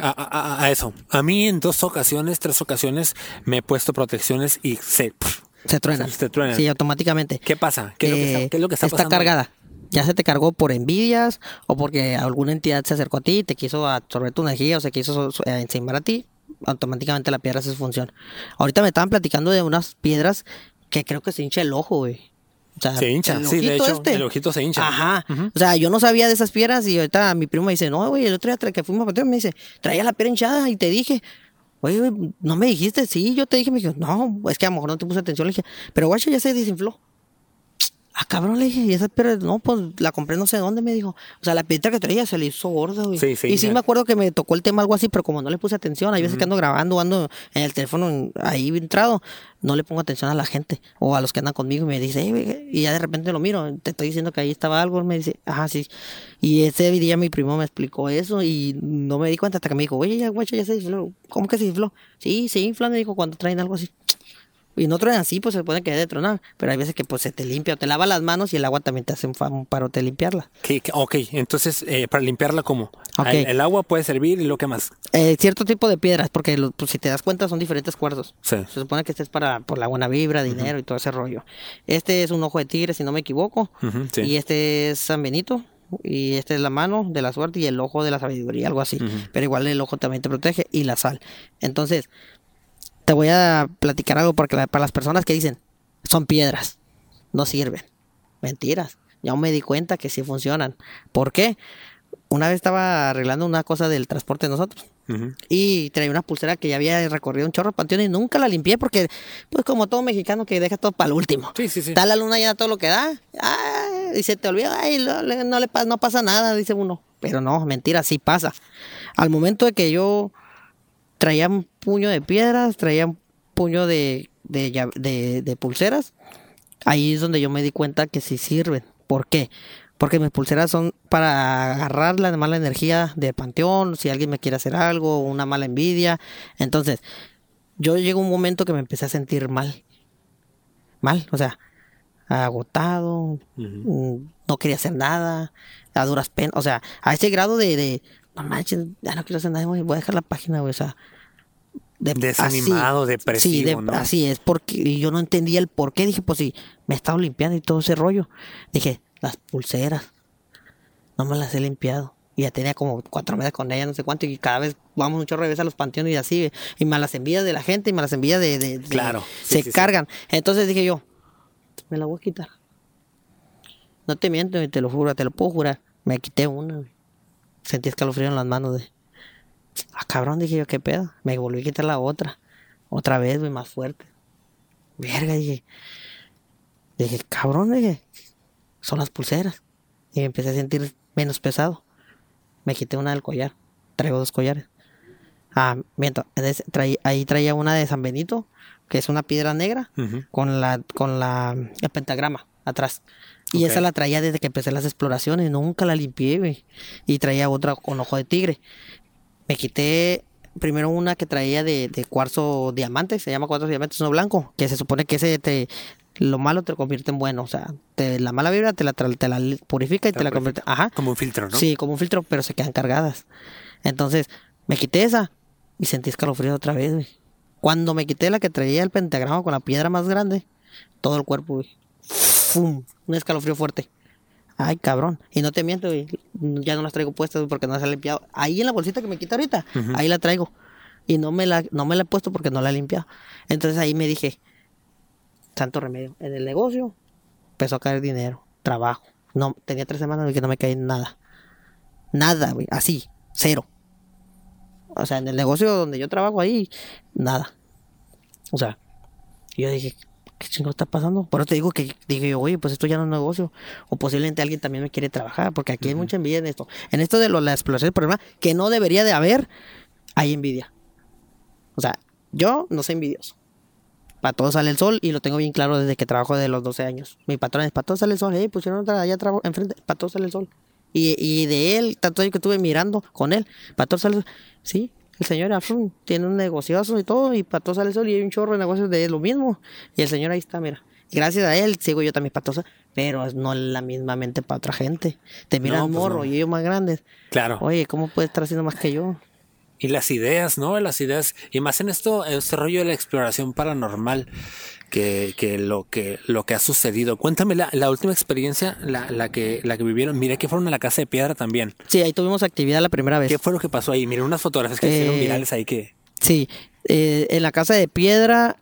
A eso. A mí en 3 ocasiones me he puesto protecciones y se truenan. Sí, automáticamente. ¿Qué pasa? ¿Qué es lo que está pasando? Está cargada. Ya se te cargó por envidias o porque alguna entidad se acercó a ti y te quiso absorber tu energía o se quiso encimar a ti. Automáticamente la piedra hace su función. Ahorita me estaban platicando de unas piedras que creo que se hincha el ojo, güey. O sea, se hincha, sí, de hecho, el ojito se hincha. Ajá. O sea, yo no sabía de esas piedras y ahorita mi primo me dice, no, güey, el otro día que fuimos a Patreon me dice, traía la piedra hinchada y te dije, oye, ¿no me dijiste? Sí, yo te dije. Me dijo, no, es que a lo mejor no te puse atención. Le dije, pero guacha, ya se desinfló. Ah, cabrón, le dije, y esa piedra, no, pues la compré no sé dónde, me dijo. O sea, la piedra que traía se le hizo gorda, güey. Sí, y sí me acuerdo que me tocó el tema algo así, pero como no le puse atención, hay veces que ando grabando, ando en el teléfono ahí entrado, no le pongo atención a la gente o a los que andan conmigo y me dice, y ya de repente lo miro, te estoy diciendo que ahí estaba algo, me dice, ajá, sí. Y ese día mi primo me explicó eso y no me di cuenta hasta que me dijo, oye, ya, guacha, ya se infló. ¿Cómo que se infló? Sí, se infla, me dijo, cuando traen algo así. Y no truenan así, pues se pueden quedar de tronar. Pero hay veces que pues se te limpia o te lava las manos y el agua también te hace un paro de limpiarla. Ok, entonces para limpiarla, ¿cómo? Okay. El agua puede servir y lo que más. Cierto tipo de piedras, porque pues, si te das cuenta son diferentes cuarzos. Sí. Se supone que este es por la buena vibra, dinero y todo ese rollo. Este es un ojo de tigre, si no me equivoco. Sí. Y este es San Benito. Y este es la mano de la suerte y el ojo de la sabiduría, algo así. Pero igual el ojo también te protege y la sal. Entonces, te voy a platicar algo porque para las personas que dicen, son piedras, no sirven. Mentiras. Ya me di cuenta que sí funcionan. ¿Por qué? Una vez estaba arreglando una cosa del transporte de nosotros. Y traía una pulsera que ya había recorrido un chorro de panteón y nunca la limpié porque, pues como todo mexicano que deja todo para el último. Sí. Está la luna llena todo lo que da. Y se te olvida, no pasa nada, dice uno. Pero no, mentira, sí pasa. Al momento de que yo traía un puño de piedras, traía un puño de pulseras, ahí es donde yo me di cuenta que sí sirven. ¿Por qué? Porque mis pulseras son para agarrar la mala energía del panteón, si alguien me quiere hacer algo, una mala envidia. Entonces, yo llegó un momento que me empecé a sentir mal, o sea, agotado, no quería hacer nada, a duras penas, o sea, a ese grado de no manches, ya no quiero hacer nada, voy a dejar la página, güey, o sea, desanimado, así, depresivo, sí, ¿no? Así es, porque yo no entendía el por qué. Dije, pues sí, me he estado limpiando y todo ese rollo. Dije, las pulseras, no me las he limpiado. Y ya tenía como 4 meses con ella, no sé cuánto, y cada vez vamos un chorro de veces a los panteones y así, y me las envías de la gente, y me las envías Claro. Se cargan. Entonces dije yo, me la voy a quitar. No te miento, te lo juro, te lo puedo jurar. Me quité una, sentí escalofrío en las manos cabrón, dije yo, qué pedo. Me volví a quitar la otra vez, güey, más fuerte. Verga, dije, cabrón, dije, son las pulseras. Y me empecé a sentir menos pesado. Me quité una del collar. Traigo 2 collares. Miento, ahí traía una de San Benito, que es una piedra negra, con el pentagrama atrás. Y esa la traía desde que empecé las exploraciones, nunca la limpié, güey. Y traía otra con ojo de tigre. Me quité primero una que traía de cuarzo diamante, se llama cuarzo diamante, uno blanco, que se supone que lo malo te lo convierte en bueno, o sea, la mala vibra te la purifica y te la convierte, como un filtro, ¿no? Sí, como un filtro, pero se quedan cargadas. Entonces, me quité esa y sentí escalofrío otra vez, güey. Cuando me quité la que traía el pentagrama con la piedra más grande, todo el cuerpo, güey. ¡Fum! Un escalofrío fuerte. Ay, cabrón. Y no te miento, güey. Ya no las traigo puestas, güey, porque no se ha limpiado. Ahí en la bolsita que me quita ahorita, ahí la traigo. Y no me la he puesto porque no la he limpiado. Entonces ahí me dije, santo remedio. En el negocio empezó a caer dinero, trabajo. No, tenía 3 semanas que no me caía nada. Nada, güey. Así, cero. O sea, en el negocio donde yo trabajo ahí, nada. O sea, yo dije, ¿qué chingo está pasando? Por eso te digo que dije yo, oye, pues esto ya no es negocio. O posiblemente alguien también me quiere trabajar, porque aquí hay mucha envidia en esto. En esto de la exploración del problema, que no debería de haber, hay envidia. O sea, yo no soy envidioso. Para todos sale el sol y lo tengo bien claro desde que trabajo de los 12 años. Mi patrón es, para todos sale el sol. Pusieron otra allá trabajo enfrente, para todos sale el sol. Y de él, tanto yo que estuve mirando con él, para todos sale el sol. Sí, el señor tiene un negocioso y todo, y para todos sale el sol, y hay un chorro de negocios de lo mismo. Y el señor ahí está, mira. Y gracias a él sigo yo también patosa, pero no la misma mente para otra gente. Te miran pues morro y ellos más grandes. Claro. Oye, ¿cómo puede estar haciendo más que yo? Y las ideas, ¿no? Las ideas, y más en este rollo de la exploración paranormal, que lo que ha sucedido. Cuéntame la última experiencia, la que vivieron. Miré que fueron a la Casa de Piedra también. Sí, ahí tuvimos actividad la primera vez. ¿Qué fue lo que pasó ahí? Miré unas fotografías que hicieron virales ahí que... Sí, en la Casa de Piedra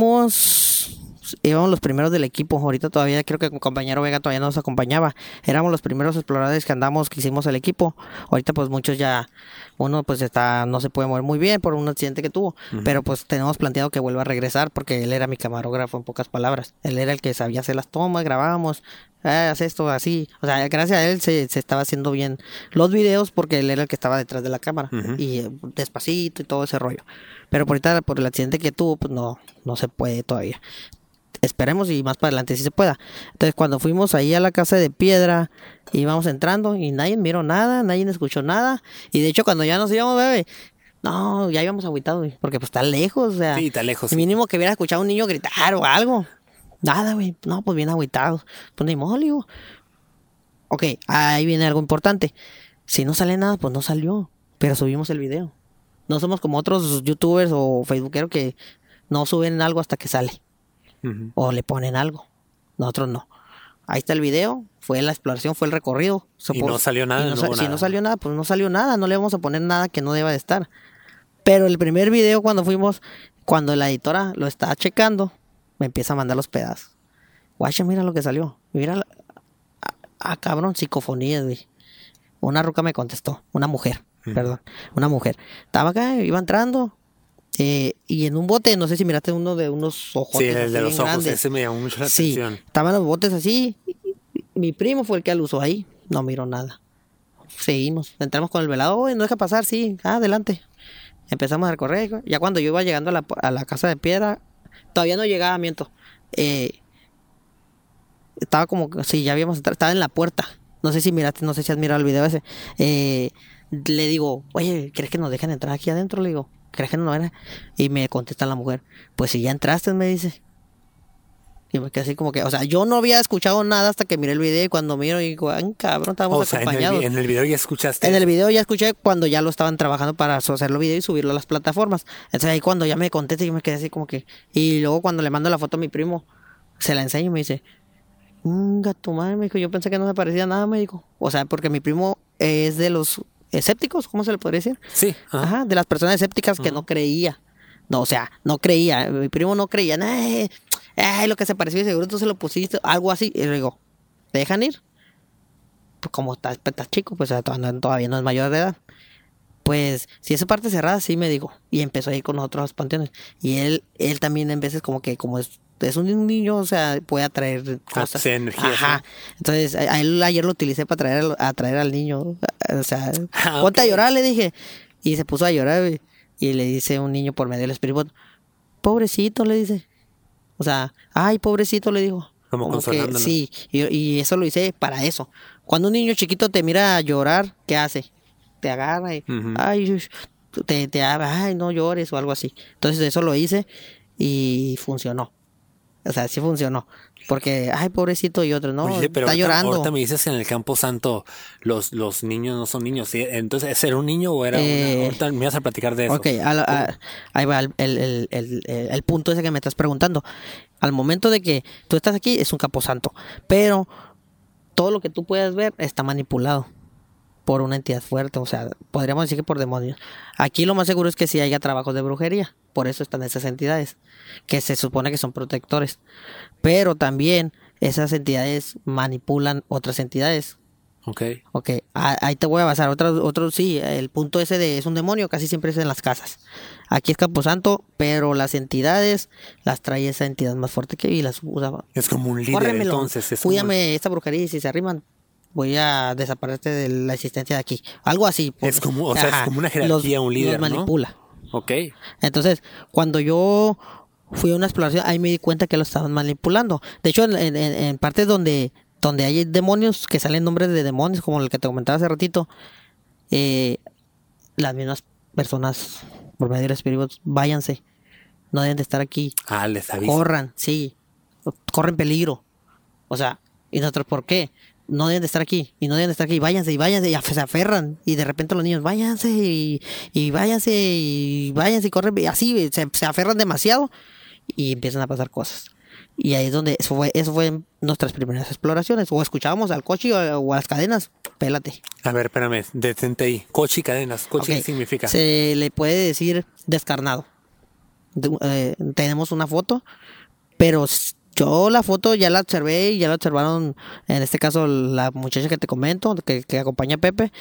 íbamos los primeros del equipo. Ahorita todavía creo que mi compañero Vega todavía no nos acompañaba. Éramos los primeros exploradores que hicimos el equipo. Ahorita pues muchos ya, uno pues no se puede mover muy bien por un accidente que tuvo, pero pues tenemos planteado que vuelva a regresar porque él era mi camarógrafo, en pocas palabras. Él era el que sabía hacer las tomas, grabábamos, haz esto así. O sea, gracias a él se estaba haciendo bien los videos porque él era el que estaba detrás de la cámara y despacito y todo ese rollo. Pero ahorita por el accidente que tuvo pues no se puede todavía. Esperemos y más para adelante si se pueda. Entonces cuando fuimos ahí a la Casa de Piedra, íbamos entrando y nadie miró nada, nadie escuchó nada. Y de hecho cuando ya nos íbamos, bebé, no, ya íbamos agüitados, güey, porque pues está lejos, o sea. Sí, está lejos. Mínimo que hubiera escuchado a un niño gritar o algo. Nada, güey, no, pues bien agüitados. Pues ni modo, digo. Ok, ahí viene algo importante. Si no sale nada, pues no salió. Pero subimos el video. No somos como otros youtubers o facebookeros que no suben algo hasta que sale. O le ponen algo. Nosotros no. Ahí está el video, fue la exploración, fue el recorrido. Y no salió nada. Si no salió nada, pues no salió nada. No le vamos a poner nada que no deba de estar. Pero el primer video cuando fuimos, cuando la editora lo estaba checando, me empieza a mandar los pedazos. Guacha, mira lo que salió. Mira, cabrón, psicofonías, güey. Una ruca me contestó, una mujer, una mujer. Estaba acá, iba entrando. Y en un bote, no sé si miraste uno de unos ojos. Sí, el de los ojos, grandes. Ese me llamó mucho la atención. Estaban los botes así. Mi primo fue el que lo usó ahí. No miró nada. Seguimos. Entramos con el velado. Oye, no deja pasar, sí. Adelante. Empezamos a recorrer. Ya cuando yo iba llegando a la Casa de Piedra, todavía no llegaba, miento. Estaba como, sí, ya habíamos entrado. Estaba en la puerta. No sé si miraste, no sé si has mirado el video ese. Le digo, oye, ¿crees que nos dejan entrar aquí adentro? Le digo, ¿crees que no nos van? Y me contesta la mujer, pues si ya entraste, me dice. Y me quedé así como que, o sea, yo no había escuchado nada hasta que miré el video y cuando miro digo, cabrón, estábamos acompañados. En el video ya escuchaste. En el video ya escuché cuando ya lo estaban trabajando para hacerlo video y subirlo a las plataformas. Entonces ahí cuando ya me contesta yo me quedé así como que, y luego cuando le mando la foto a mi primo, se la enseño y me dice, tu madre, me dijo, yo pensé que no se parecía a nada, me dijo. O sea, porque mi primo es de los escépticos, ¿cómo se le podría decir? Sí. Ajá, de las personas escépticas que no creía. No, o sea, no creía. Mi primo no creía. Lo que se pareció, seguro tú se lo pusiste, algo así. Y le digo, ¿te dejan ir? Pues como estás chico, pues todavía no es mayor de edad. Pues, si es parte cerrada, sí, me dijo. Y empezó a ir con nosotros a los panteones. Y él también en veces como es un niño, o sea, puede atraer cosas. Energía. Ajá. ¿Sí? Entonces, a él ayer lo utilicé para atraer al niño. O sea, ponte a llorar, le dije. Y se puso a llorar, güey. Y le dice un niño por medio del espíritu, pobrecito, le dice. O sea, ay, pobrecito, le dijo. Como consolándolo. Sí, y eso lo hice para eso. Cuando un niño chiquito te mira a llorar, ¿qué hace? Te agarra y, ay, ay, no llores o algo así. Entonces eso lo hice y funcionó. O sea, sí funcionó. Porque, ay, pobrecito y otro, no, Oye, pero está llorando. ahorita me dices en el Campo Santo, los niños no son niños. ¿Sí? Entonces, ¿era un niño o era una? Ahorita me vas a platicar de eso. Ok, ahí va el punto ese que me estás preguntando. Al momento de que tú estás aquí, es un camposanto. Pero todo lo que tú puedas ver está manipulado por una entidad fuerte. O sea, podríamos decir que por demonios. Aquí lo más seguro es que sí haya trabajos de brujería. Por eso están esas entidades, que se supone que son protectores. Pero también esas entidades manipulan otras entidades. Ok. Ahí te voy a basar. Otro sí, el punto ese de es un demonio casi siempre es en las casas. Aquí es Camposanto, pero las entidades las trae esa entidad más fuerte que y las usa. Es como un líder, Córremelo, entonces. cuídame esta brujería y si se arriman, voy a desaparecerte de la existencia de aquí. Algo así. Es como, o sea, es como una jerarquía, un líder, los manipula. ¿no? Ok. Entonces, cuando yo fui a una exploración, ahí me di cuenta que lo estaban manipulando. De hecho, en partes donde hay demonios que salen nombres de demonios, como el que te comentaba hace ratito, las mismas personas, por medio del espíritu, váyanse, no deben de estar aquí. Les aviso. Corran, sí, corren peligro. O sea, ¿y nosotros por qué? No deben de estar aquí, y no deben de estar aquí, váyanse, y se aferran, y de repente los niños, váyanse, y váyanse, y corren, y así, se aferran demasiado, y empiezan a pasar cosas. Y ahí es donde, eso fue en nuestras primeras exploraciones, o escuchábamos al coche o a las cadenas, pélate. A ver, espérame, detente ahí. Coche y cadenas, ¿coche qué significa? Se le puede decir descarnado. Tenemos una foto, pero yo la foto ya la observé y ya la observaron, en este caso la muchacha que te comento, que acompaña a Pepe,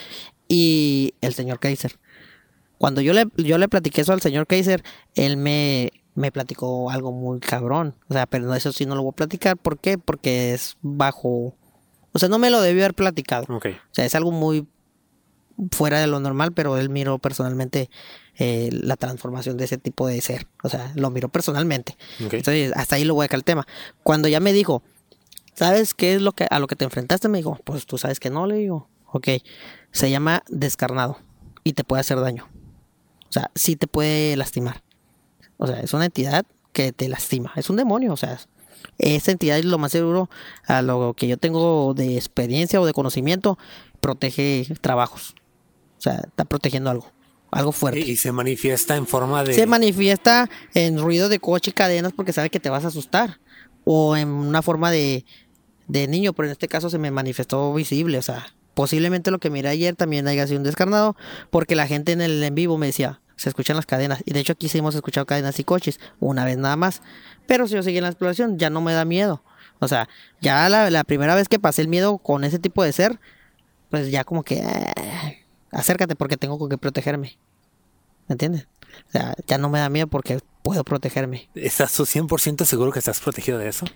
y el señor Kaiser. Cuando yo le platiqué eso al señor Kaiser, él me platicó algo muy cabrón. O sea, pero eso sí no lo voy a platicar. ¿Por qué? Porque es bajo... O sea, no me lo debió haber platicado. Okay. O sea, es algo muy fuera de lo normal, pero él miró personalmente la transformación de ese tipo de ser. O sea, lo miró personalmente. Okay. Entonces, hasta ahí lo voy a dejar el tema. Cuando ya me dijo, ¿sabes qué es a lo que te enfrentaste? Me dijo, pues tú sabes que no, le digo. Ok, se llama descarnado y te puede hacer daño. O sea, sí te puede lastimar. O sea, es una entidad que te lastima. Es un demonio, o sea, esa entidad es lo más seguro, a lo que yo tengo de experiencia o de conocimiento, protege trabajos. O sea, está protegiendo algo fuerte. Y se manifiesta en forma de... Se manifiesta en ruido de coche y cadenas porque sabe que te vas a asustar. O en una forma de niño, pero en este caso se me manifestó visible. O sea, posiblemente lo que miré ayer también haya sido un descarnado, porque la gente en el en vivo me decía, se escuchan las cadenas. Y de hecho aquí sí hemos escuchado cadenas y coches, una vez nada más. Pero si yo seguí en la exploración, ya no me da miedo. O sea, ya la primera vez que pasé el miedo con ese tipo de ser, pues ya como que... acércate porque tengo con qué protegerme. ¿Me entiendes? O sea, ya no me da miedo porque puedo protegerme. ¿Estás 100% seguro que estás protegido de eso?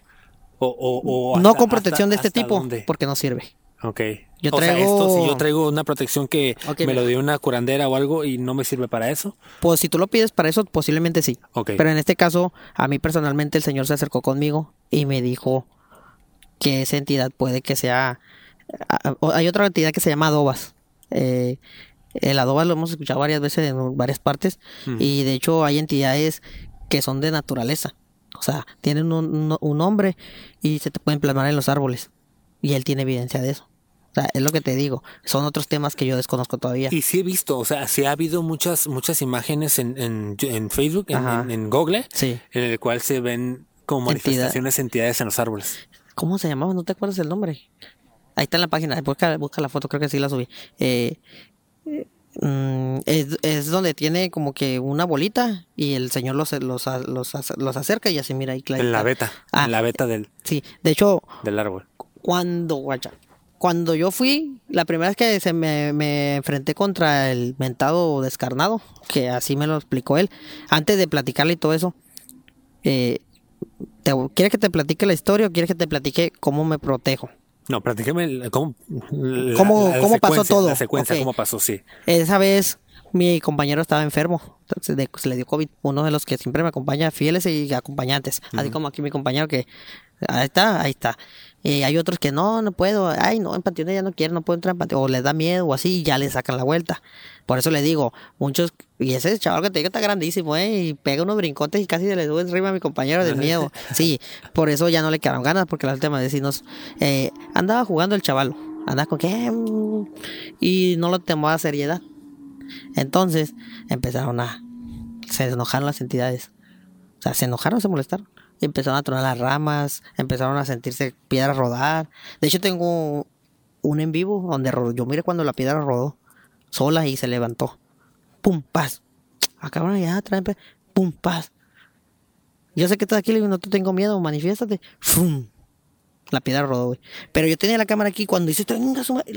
O no con protección de este tipo, ¿dónde? porque no sirve. Ok. Yo O sea, traigo... si yo traigo una protección que me lo dio una curandera o algo y no me sirve para eso. Pues si tú lo pides para eso, posiblemente sí. Okay. Pero en este caso, a mí personalmente el señor se acercó conmigo y me dijo que esa entidad puede que sea... Hay otra entidad que se llama Adobas. El Adobas lo hemos escuchado varias veces en varias partes. Y de hecho hay entidades que son de naturaleza. O sea, tienen un nombre y se te pueden plasmar en los árboles. Y él tiene evidencia de eso. O sea, es lo que te digo. Son otros temas que yo desconozco todavía. Y sí he visto, o sea, sí ha habido muchas imágenes en Facebook, en Google, sí, en el cual se ven como manifestaciones, entidades en los árboles. ¿Cómo se llamaba? ¿No te acuerdas el nombre? Ahí está en la página. Busca la foto, creo que sí la subí. Es donde tiene como que una bolita y el señor los acerca y así mira ahí. En la veta. En la veta del... Sí, de hecho... Del árbol. Cuando yo fui, la primera vez que me enfrenté contra el mentado descarnado, que así me lo explicó él, antes de platicarle y todo eso, ¿quieres que te platique la historia o quieres que te platique cómo me protejo? No, platícame cómo pasó todo. La secuencia, okay. Cómo pasó, sí. Esa vez, mi compañero estaba enfermo, entonces se le dio COVID. Uno de los que siempre me acompaña, fieles y acompañantes. Así como aquí mi compañero que ahí está. Hay otros que no puedo. Ay, no, en panteones ya no quiero, no puedo entrar en panteón. O les da miedo o así y ya le sacan la vuelta. Por eso le digo, muchos, y ese chaval que te digo está grandísimo, y pega unos brincotes y casi se le sube encima a mi compañero de miedo. Sí, por eso ya no le quedaron ganas, porque la última vez sí andaba jugando el chaval. Andaba con que y no lo tomó a seriedad. Entonces se enojaron las entidades. O sea, se enojaron, se molestaron. Y empezaron a tronar las ramas, empezaron a sentirse piedras rodar. De hecho, tengo un en vivo donde yo miré cuando la piedra rodó sola y se levantó. Pum, paz. Acabaron ya, traen, pum, paz. Yo sé que estás aquí, le digo, no te tengo miedo, manifiéstate. ¡Fum! La piedra rodó, güey. Pero yo tenía la cámara aquí cuando hice esto.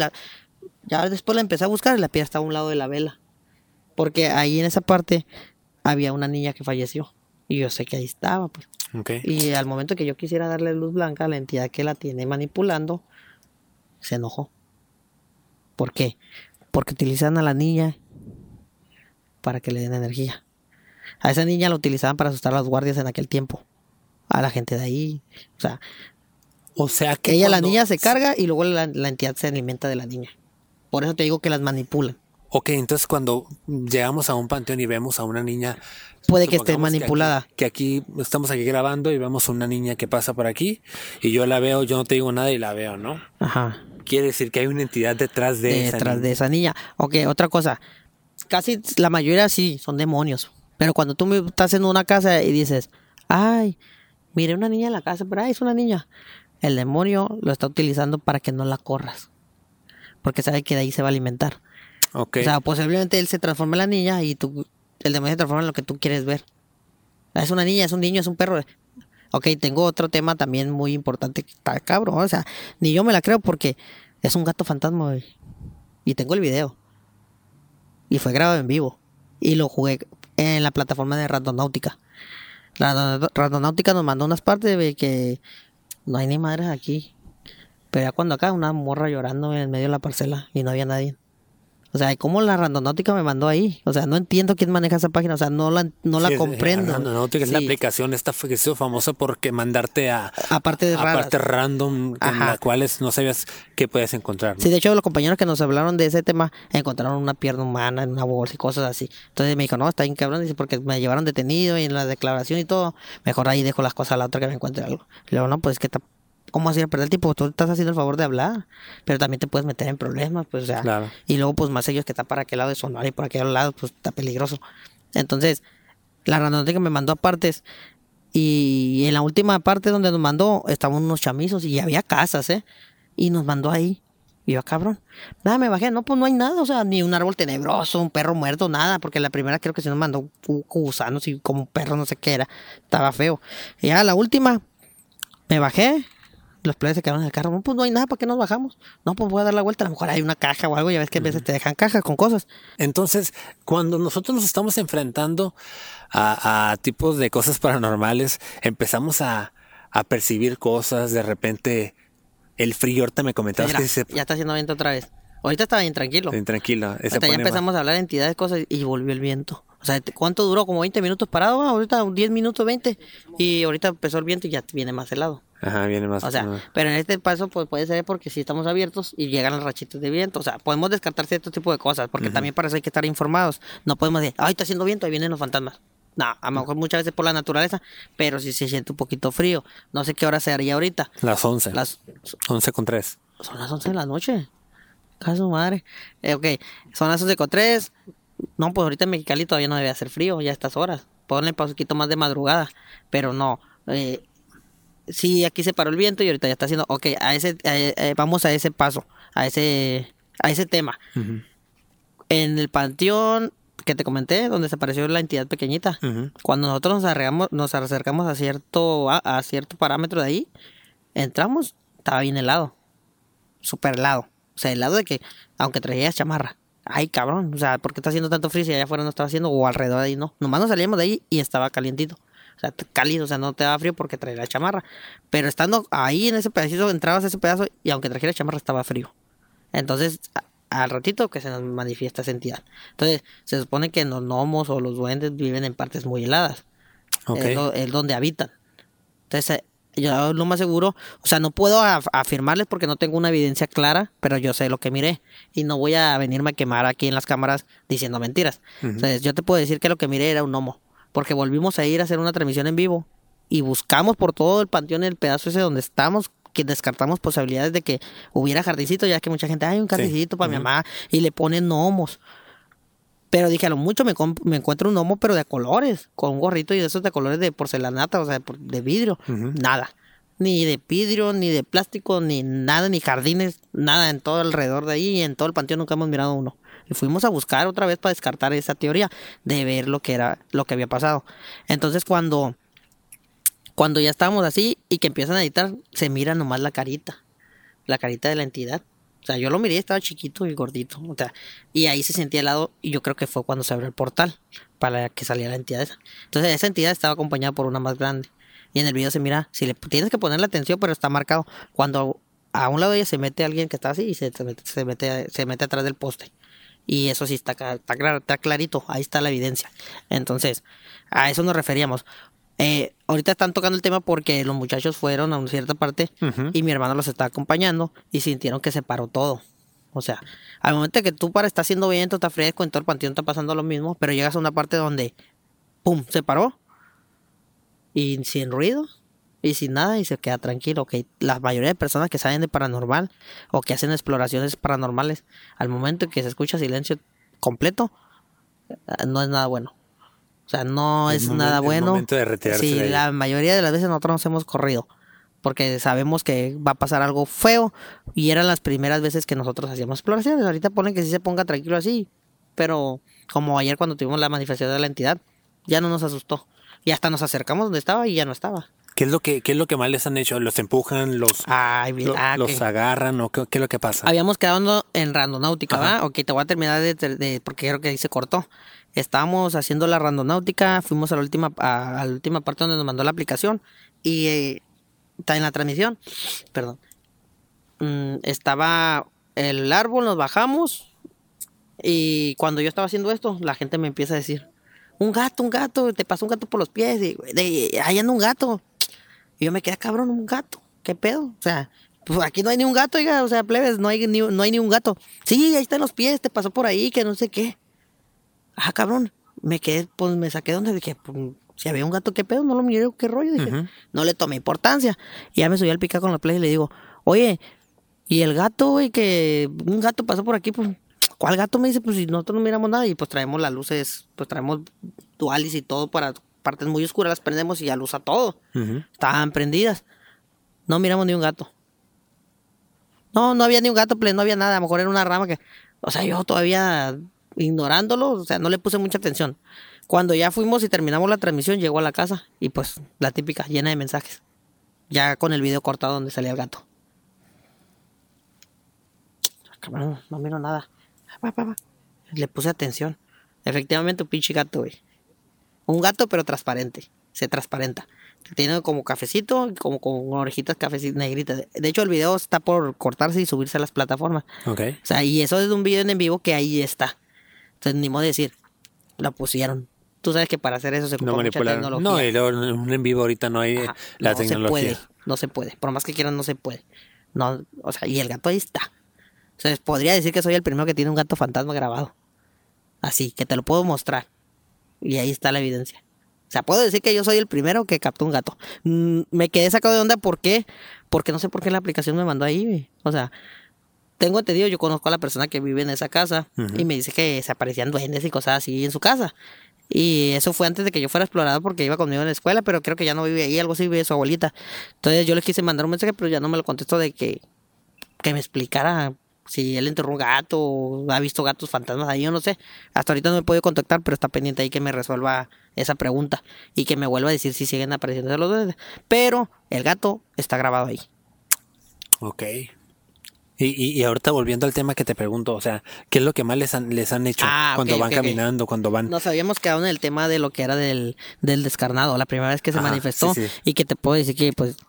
Ya después la empecé a buscar y la piedra estaba a un lado de la vela. Porque ahí en esa parte había una niña que falleció. Y yo sé que ahí estaba, pues. Okay. Y al momento que yo quisiera darle luz blanca a la entidad que la tiene manipulando, se enojó. ¿Por qué? Porque utilizan a la niña para que le den energía. A esa niña la utilizaban para asustar a los guardias en aquel tiempo. A la gente de ahí. O sea que la niña se carga y luego la entidad se alimenta de la niña. Por eso te digo que las manipulan. Ok, entonces cuando llegamos a un panteón y vemos a una niña, puede que esté manipulada. Que aquí estamos aquí grabando y vemos a una niña que pasa por aquí y yo la veo, yo no te digo nada y la veo, ¿no? Ajá. Quiere decir que hay una entidad detrás de esa niña. Ok, otra cosa. Casi la mayoría sí son demonios. Pero cuando tú estás en una casa y dices, ay, miré una niña en la casa, pero es una niña. El demonio lo está utilizando para que no la corras. Porque sabe que de ahí se va a alimentar. Okay. O sea, posiblemente él se transforma en la niña y el demonio se transforma en lo que tú quieres ver. Es una niña, es un niño, es un perro. Ok, tengo otro tema también muy importante que está cabrón. O sea, ni yo me la creo porque es un gato fantasma, güey. Y tengo el video. Y fue grabado en vivo. Y lo jugué en la plataforma de Randonáutica. Randonáutica nos mandó unas partes de que no hay ni madres aquí. Pero ya cuando acá una morra llorando en medio de la parcela y no había nadie. O sea, ¿cómo la Randonáutica me mandó ahí? O sea, no entiendo quién maneja esa página. O sea, no la comprendo. Randonáutica es la aplicación esta que hizo famosa porque mandarte a partes random en las cuales no sabías qué puedes encontrar, ¿no? Sí, de hecho, los compañeros que nos hablaron de ese tema encontraron una pierna humana en una bolsa y cosas así. Entonces me dijo, no, está bien cabrón. Dice, porque me llevaron detenido y en la declaración y todo. Mejor ahí dejo las cosas a la otra que me encuentre algo. Y luego, no, pues es que ¿cómo así a perder el tiempo? Tú estás haciendo el favor de hablar, pero también te puedes meter en problemas, pues, o sea. Claro. Y luego, pues, más ellos que están para aquel lado de Sonora y por aquel lado, pues, está peligroso. Entonces, la randonáutica me mandó a partes y en la última parte donde nos mandó estaban unos chamizos y había casas, y nos mandó ahí. Y yo, cabrón, nada, me bajé, no, pues no hay nada, o sea, ni un árbol tenebroso, un perro muerto, nada, porque la primera creo que se nos mandó gusanos y como un perro, no sé qué era, estaba feo. Y ya la última, me bajé. Los players se quedaron en el carro. No, pues no hay nada, ¿para qué nos bajamos? No, pues voy a dar la vuelta. A lo mejor hay una caja o algo. Ya ves que a veces te dejan cajas con cosas. Entonces, cuando nosotros nos estamos enfrentando a tipos de cosas paranormales, empezamos a percibir cosas. De repente, el frío. Ahorita me comentabas que ya está haciendo viento otra vez. Ahorita estaba bien tranquilo. Bien tranquilo. Ya empezamos a hablar de entidades, cosas y volvió el viento. O sea, ¿cuánto duró? Como 20 minutos parado. Ahorita 10 minutos, 20. Y ahorita empezó el viento y ya viene más helado. Ajá, viene más. O sea, pero en este paso pues puede ser porque si estamos abiertos y llegan las rachitas de viento. O sea, podemos descartar cierto tipo de cosas porque también para eso hay que estar informados. No podemos decir, ay, está haciendo viento, ahí vienen los fantasmas. No, a lo mejor muchas veces por la naturaleza, pero si se siente un poquito frío. No sé qué hora se haría ahorita. Las 11. Las 11:03. Son las 11 de la noche. Caso madre. Ok, son las 11:03. No, pues ahorita en Mexicali todavía no debe hacer frío ya a estas horas. Ponle un poquito más de madrugada, pero no. Sí, aquí se paró el viento y ahorita ya está haciendo. Ok, vamos a ese paso, a ese tema. Uh-huh. En el panteón que te comenté, donde se apareció la entidad pequeñita, uh-huh. Cuando nosotros nos acercamos a cierto parámetro de ahí, entramos, estaba bien helado, súper helado. O sea, helado de que, aunque traías chamarra, ay cabrón, o sea, ¿por qué está haciendo tanto frío si allá afuera no estaba haciendo o alrededor de ahí no? Nomás nos salíamos de ahí y estaba calientito. O sea, cálido, o sea, no te daba frío porque traía la chamarra. Pero estando ahí en ese pedacito, entrabas a ese pedazo y aunque trajera chamarra estaba frío. Entonces, al ratito que se nos manifiesta esa entidad. Entonces, se supone que los gnomos o los duendes viven en partes muy heladas. Okay. Es donde habitan. Entonces, yo lo más seguro, o sea, no puedo afirmarles porque no tengo una evidencia clara, pero yo sé lo que miré y no voy a venirme a quemar aquí en las cámaras diciendo mentiras. Entonces, yo te puedo decir que lo que miré era un gnomo, porque volvimos a ir a hacer una transmisión en vivo y buscamos por todo el panteón, el pedazo ese donde estamos, que descartamos posibilidades de que hubiera jardincito, ya que mucha gente, hay un jardincito para mi mamá, y le ponen gnomos. Pero dije, a lo mucho me encuentro un gnomo, pero de colores, con un gorrito y de esos de colores de porcelanata, o sea, de vidrio. Nada. Ni de vidrio, ni de plástico, ni nada, ni jardines, nada en todo alrededor de ahí, y en todo el panteón nunca hemos mirado uno. Y fuimos a buscar otra vez para descartar esa teoría de ver lo que era, lo que había pasado. Entonces cuando ya estábamos así y que empiezan a editar, se mira nomás la carita de la entidad. O sea, yo lo miré, estaba chiquito y gordito. O sea, y ahí se sentía helado y yo creo que fue cuando se abrió el portal para que saliera la entidad esa. Entonces esa entidad estaba acompañada por una más grande. Y en el video se mira, si le tienes que ponerle atención, pero está marcado. Cuando a un lado de ella se mete alguien que está así y se mete atrás del poste. Y eso sí está clarito, ahí está la evidencia. Entonces, a eso nos referíamos. Ahorita están tocando el tema porque los muchachos fueron a una cierta parte y mi hermano los estaba acompañando y sintieron que se paró todo. O sea, al momento que tú estás haciendo viento, está fresco, en todo el panteón está pasando lo mismo, pero llegas a una parte donde, ¡pum!, se paró y sin ruido y sin nada y se queda tranquilo. Okay. La mayoría de personas que saben de paranormal o que hacen exploraciones paranormales, al momento que se escucha silencio completo, no es nada bueno. O sea, no es nada bueno. Momento de retirarse sí, de ahí. la mayoría de las veces nosotros nos hemos corrido. Porque sabemos que va a pasar algo feo. Y eran las primeras veces que nosotros hacíamos exploraciones. Ahorita ponen que sí se ponga tranquilo así. Pero como ayer cuando tuvimos la manifestación de la entidad, ya no nos asustó. Y hasta nos acercamos donde estaba y ya no estaba. ¿Qué es lo que más les han hecho? ¿Los empujan? ¿Los agarran? ¿O qué es lo que pasa? Habíamos quedado en randonáutica, ¿verdad? Ok, te voy a terminar porque creo que ahí se cortó. Estábamos haciendo la randonáutica, fuimos a la última parte donde nos mandó la aplicación y está en la transmisión, perdón. Estaba el árbol, nos bajamos y cuando yo estaba haciendo esto, la gente me empieza a decir, un gato, te pasó un gato por los pies, ahí anda un gato. Y yo me quedé, cabrón, un gato, ¿qué pedo? O sea, pues aquí no hay ni un gato, oiga, o sea, plebes, no hay ni un gato. Sí, ahí está en los pies, te pasó por ahí, que no sé qué. Ah, cabrón, me quedé, pues me saqué donde dije, pues, si había un gato, ¿qué pedo? No lo miré, ¿qué rollo? Dije, no le tomé importancia. Y ya me subí al pica con la play y le digo, oye, y el gato, güey, que un gato pasó por aquí, pues, ¿cuál gato? Me dice, pues si nosotros no miramos nada y pues traemos las luces, pues traemos dualis y todo para partes muy oscuras, las prendemos y ya luz a todo. Estaban prendidas. No miramos ni un gato. No había ni un gato, no había nada, a lo mejor era una rama que, o sea, yo todavía ignorándolo, o sea, no le puse mucha atención. Cuando ya fuimos y terminamos la transmisión, llegó a la casa y pues la típica, llena de mensajes. Ya con el video cortado donde salía el gato. Cabrón, no miro nada. Le puse atención. Efectivamente, un pinche gato, güey. Un gato, pero transparente. Se transparenta. Tiene como cafecito, como con orejitas cafecitas negritas. De hecho, el video está por cortarse y subirse a las plataformas. Okay. O sea, y eso es un video en vivo que ahí está. Entonces, ni modo de decir, lo pusieron. Tú sabes que para hacer eso se ocupa mucha tecnología. No, y luego en vivo ahorita no hay la tecnología. No se puede. Por más que quieran, no se puede. No, o sea, y el gato ahí está. Entonces, podría decir que soy el primero que tiene un gato fantasma grabado. Así, que te lo puedo mostrar. Y ahí está la evidencia. O sea, puedo decir que yo soy el primero que captó un gato. Me quedé sacado de onda, ¿por qué? Porque no sé por qué la aplicación me mandó ahí, güey. O sea, tengo entendido, yo conozco a la persona que vive en esa casa y me dice que se aparecían duendes y cosas así en su casa. Y eso fue antes de que yo fuera explorador porque iba conmigo en la escuela, pero creo que ya no vive ahí, algo así, vive su abuelita. Entonces yo le quise mandar un mensaje, pero ya no me lo contestó de que me explicara si él enterró un gato o ha visto gatos fantasmas ahí, yo no sé. Hasta ahorita no me puedo contactar, pero está pendiente ahí que me resuelva esa pregunta y que me vuelva a decir si siguen apareciendo los duendes. Pero el gato está grabado ahí. Ok. Y ahorita volviendo al tema que te pregunto, o sea, ¿qué es lo que más les han hecho cuando van caminando, cuando van? Nos habíamos quedado en el tema de lo que era del descarnado, la primera vez que se manifestó y que te puedo decir que pues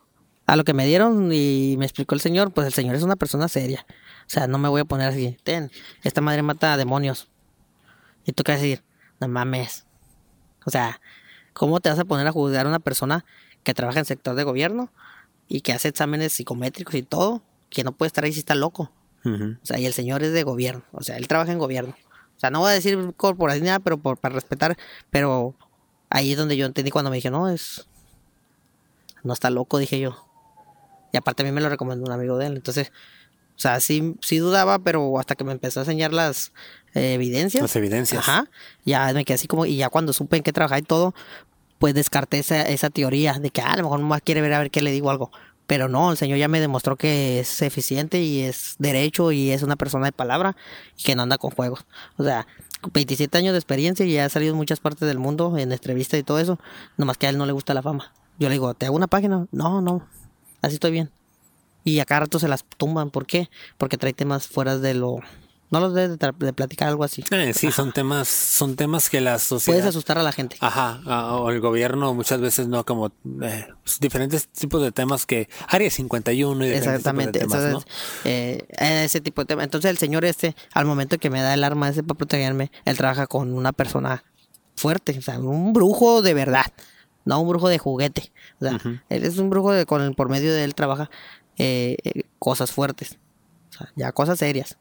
a lo que me dieron y me explicó el señor, pues el señor es una persona seria. O sea, no me voy a poner así, esta madre mata demonios. Y tú qué vas a decir, no mames. O sea, ¿cómo te vas a poner a juzgar a una persona que trabaja en sector de gobierno y que hace exámenes psicométricos y todo, que no puede estar ahí si está loco? O sea, y el señor es de gobierno, o sea, él trabaja en gobierno. O sea, no voy a decir corporación ni nada, pero para respetar, pero ahí es donde yo entendí cuando me dije, no está loco, dije yo. Y aparte a mí me lo recomendó un amigo de él, entonces, o sea, sí dudaba, pero hasta que me empezó a enseñar las evidencias. Las evidencias. Ajá, ya me quedé así como, y ya cuando supe en qué trabajaba y todo, pues descarté esa teoría de que a lo mejor nomás quiere ver a ver qué le digo algo. Pero no, el señor ya me demostró que es eficiente y es derecho y es una persona de palabra y que no anda con juegos. O sea, 27 años de experiencia y ya ha salido en muchas partes del mundo, en entrevistas y todo eso. Nomás que a él no le gusta la fama. Yo le digo, ¿te hago una página? No, así estoy bien. Y a cada rato se las tumban. ¿Por qué? Porque trae temas fuera de lo... No los debes de platicar, algo así. Sí, son temas que la sociedad... Puedes asustar a la gente. Ajá, o el gobierno muchas veces no, como diferentes tipos de temas que... Área 51 y diferentes Exactamente, tipos de temas, ese tipo de temas. Entonces el señor al momento que me da el arma ese para protegerme, él trabaja con una persona fuerte, o sea, un brujo de verdad, no un brujo de juguete. O sea, él es un brujo por medio de él trabaja cosas fuertes, o sea, ya cosas serias.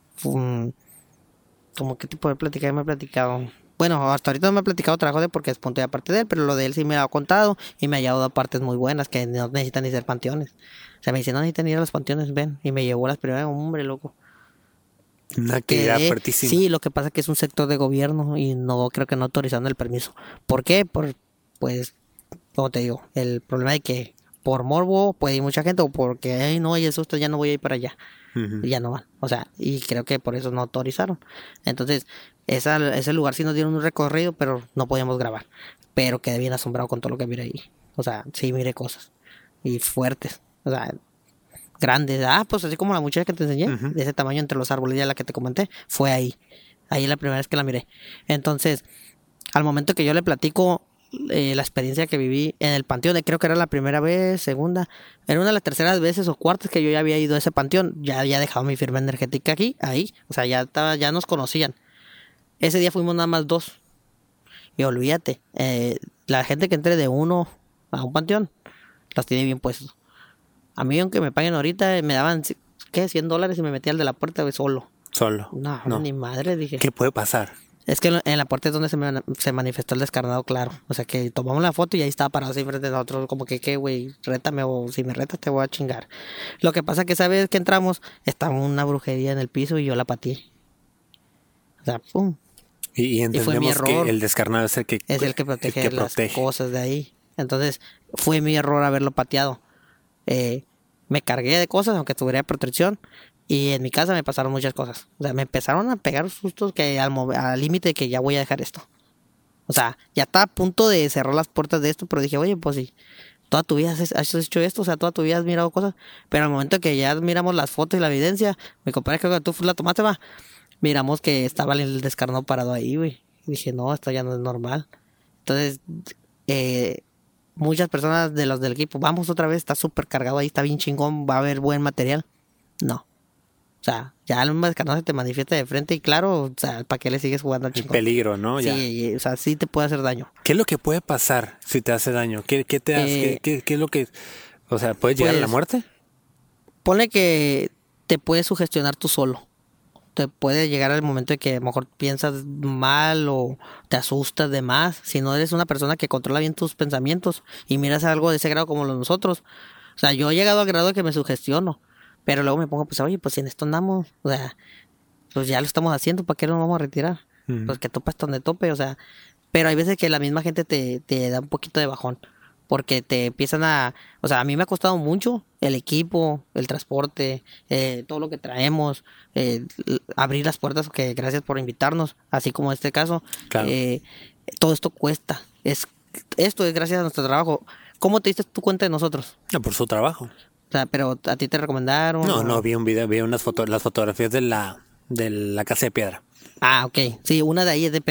¿Cómo qué tipo de plática me ha platicado? Bueno, hasta ahorita no me ha platicado trabajo de porque es punto y aparte de él, pero lo de él sí me lo ha contado y me ha llevado a partes muy buenas que no necesitan ni ser panteones. O sea, me dice, no necesitan ir a los panteones, ven. Y me llevó a las primeras, hombre, loco. Una actividad fuertísima. Sí, lo que pasa es que es un sector de gobierno y no creo que no autorizando el permiso. ¿Por qué? Pues, como te digo, el problema de que por morbo puede ir mucha gente o porque, ay, no, y eso ya no voy a ir para allá. Y ya no van, o sea, y creo que por eso no autorizaron. Entonces, ese lugar sí nos dieron un recorrido, pero no podíamos grabar. Pero quedé bien asombrado con todo lo que miré ahí. O sea, sí miré cosas. Y fuertes, o sea, grandes. Pues así como la muchacha que te enseñé, de ese tamaño entre los árboles, ya la que te comenté, fue ahí. Ahí es la primera vez que la miré. Entonces, al momento que yo le platico la experiencia que viví en el panteón, creo que era la primera vez, segunda, era una de las terceras veces o cuartas que yo ya había ido a ese panteón, ya había dejado mi firma energética ahí, o sea, ya nos conocían. Ese día fuimos nada más 2 y olvídate, la gente que entre de uno a un panteón los tiene bien puestos. A mí, aunque me paguen ahorita, me daban ¿qué? $100 y me metía al de la puerta solo. No, ni madre, dije. ¿Qué puede pasar? Es que en la puerta es donde se manifestó el descarnado, claro. O sea, que tomamos la foto y ahí estaba parado así frente a nosotros, como que, ¿qué, güey? Rétame, o si me retas te voy a chingar. Lo que pasa que esa vez que entramos, estaba una brujería en el piso y yo la pateé. O sea, pum. Y entendemos que el descarnado es el que protege las cosas de ahí. Entonces, fue mi error haberlo pateado. Me cargué de cosas, aunque tuviera protección. Y en mi casa me pasaron muchas cosas. O sea, me empezaron a pegar sustos que al límite de que ya voy a dejar esto. O sea, ya estaba a punto de cerrar las puertas de esto, pero dije, oye, pues sí, toda tu vida has hecho esto, o sea, toda tu vida has mirado cosas. Pero al momento que ya miramos las fotos y la evidencia, mi compadre, creo que tú la tomaste, miramos que estaba el descarnado parado ahí, güey. Y dije, no, esto ya no es normal. Entonces, muchas personas de los del equipo, vamos otra vez, está súper cargado ahí, está bien chingón, va a haber buen material. No. O sea, ya el descarnado se te manifiesta de frente y claro, o sea, ¿para qué le sigues jugando al chingón? Peligro, ¿no? Sí, o sea, sí te puede hacer daño. ¿Qué es lo que puede pasar si te hace daño? ¿Qué te hace? ¿Qué es lo que...? O sea, ¿puedes llegar a la muerte? Ponle que te puedes sugestionar tú solo. Te puede llegar el momento de que a lo mejor piensas mal o te asustas de más. Si no eres una persona que controla bien tus pensamientos y miras algo de ese grado como nosotros. O sea, yo he llegado al grado de que me sugestiono. Pero luego me pongo, pues, oye, pues si en esto andamos, o sea, pues ya lo estamos haciendo, ¿para qué nos vamos a retirar? Pues que topa hasta donde tope, o sea, pero hay veces que la misma gente te da un poquito de bajón, porque te empiezan o sea, a mí me ha costado mucho el equipo, el transporte, todo lo que traemos, abrir las puertas, que gracias por invitarnos, así como en este caso, claro. Todo esto cuesta, esto es gracias a nuestro trabajo. ¿Cómo te diste tu cuenta de nosotros? Por su trabajo. O sea, pero ¿a ti te recomendaron? No, vi un video, vi las fotografías de la casa de piedra. Ok. Sí, una de ahí es de Pepe.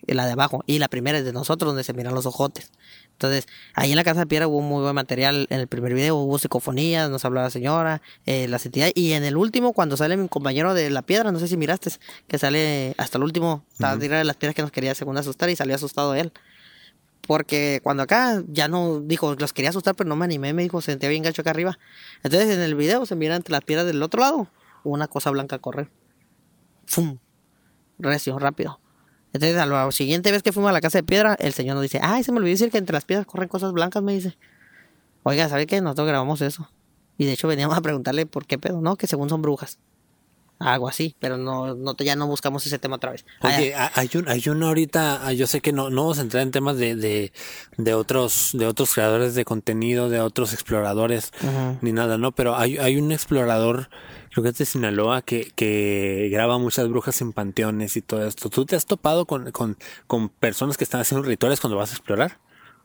la de abajo, y la primera es de nosotros, donde se miran los ojotes. Entonces, ahí en la casa de piedra hubo muy buen material. En el primer video hubo psicofonías, nos habló la señora, las entidades. Y en el último, cuando sale mi compañero de la piedra, no sé si miraste, que sale hasta el último, estaba tirando de las piedras que nos quería según asustar y salió asustado él. Porque cuando acá ya no, dijo, los quería asustar, pero no me animé, me dijo, se sentía bien gacho acá arriba. Entonces en el video se mira entre las piedras del otro lado, una cosa blanca a correr. ¡Fum! Recio, rápido. Entonces a la siguiente vez que fuimos a la casa de piedra, el señor nos dice, ay, se me olvidó decir que entre las piedras corren cosas blancas, me dice. Oiga, ¿sabe qué? Nosotros grabamos eso. Y de hecho veníamos a preguntarle por qué pedo, ¿no? Que según son brujas. Algo así, pero ya no buscamos ese tema otra vez. Oye, hay uno ahorita, yo sé que no vamos a entrar en temas de otros creadores de contenido, de otros exploradores, ni nada, ¿no? Pero hay un explorador, creo que es de Sinaloa, que graba muchas brujas en panteones y todo esto. ¿Tú te has topado con personas que están haciendo rituales cuando vas a explorar?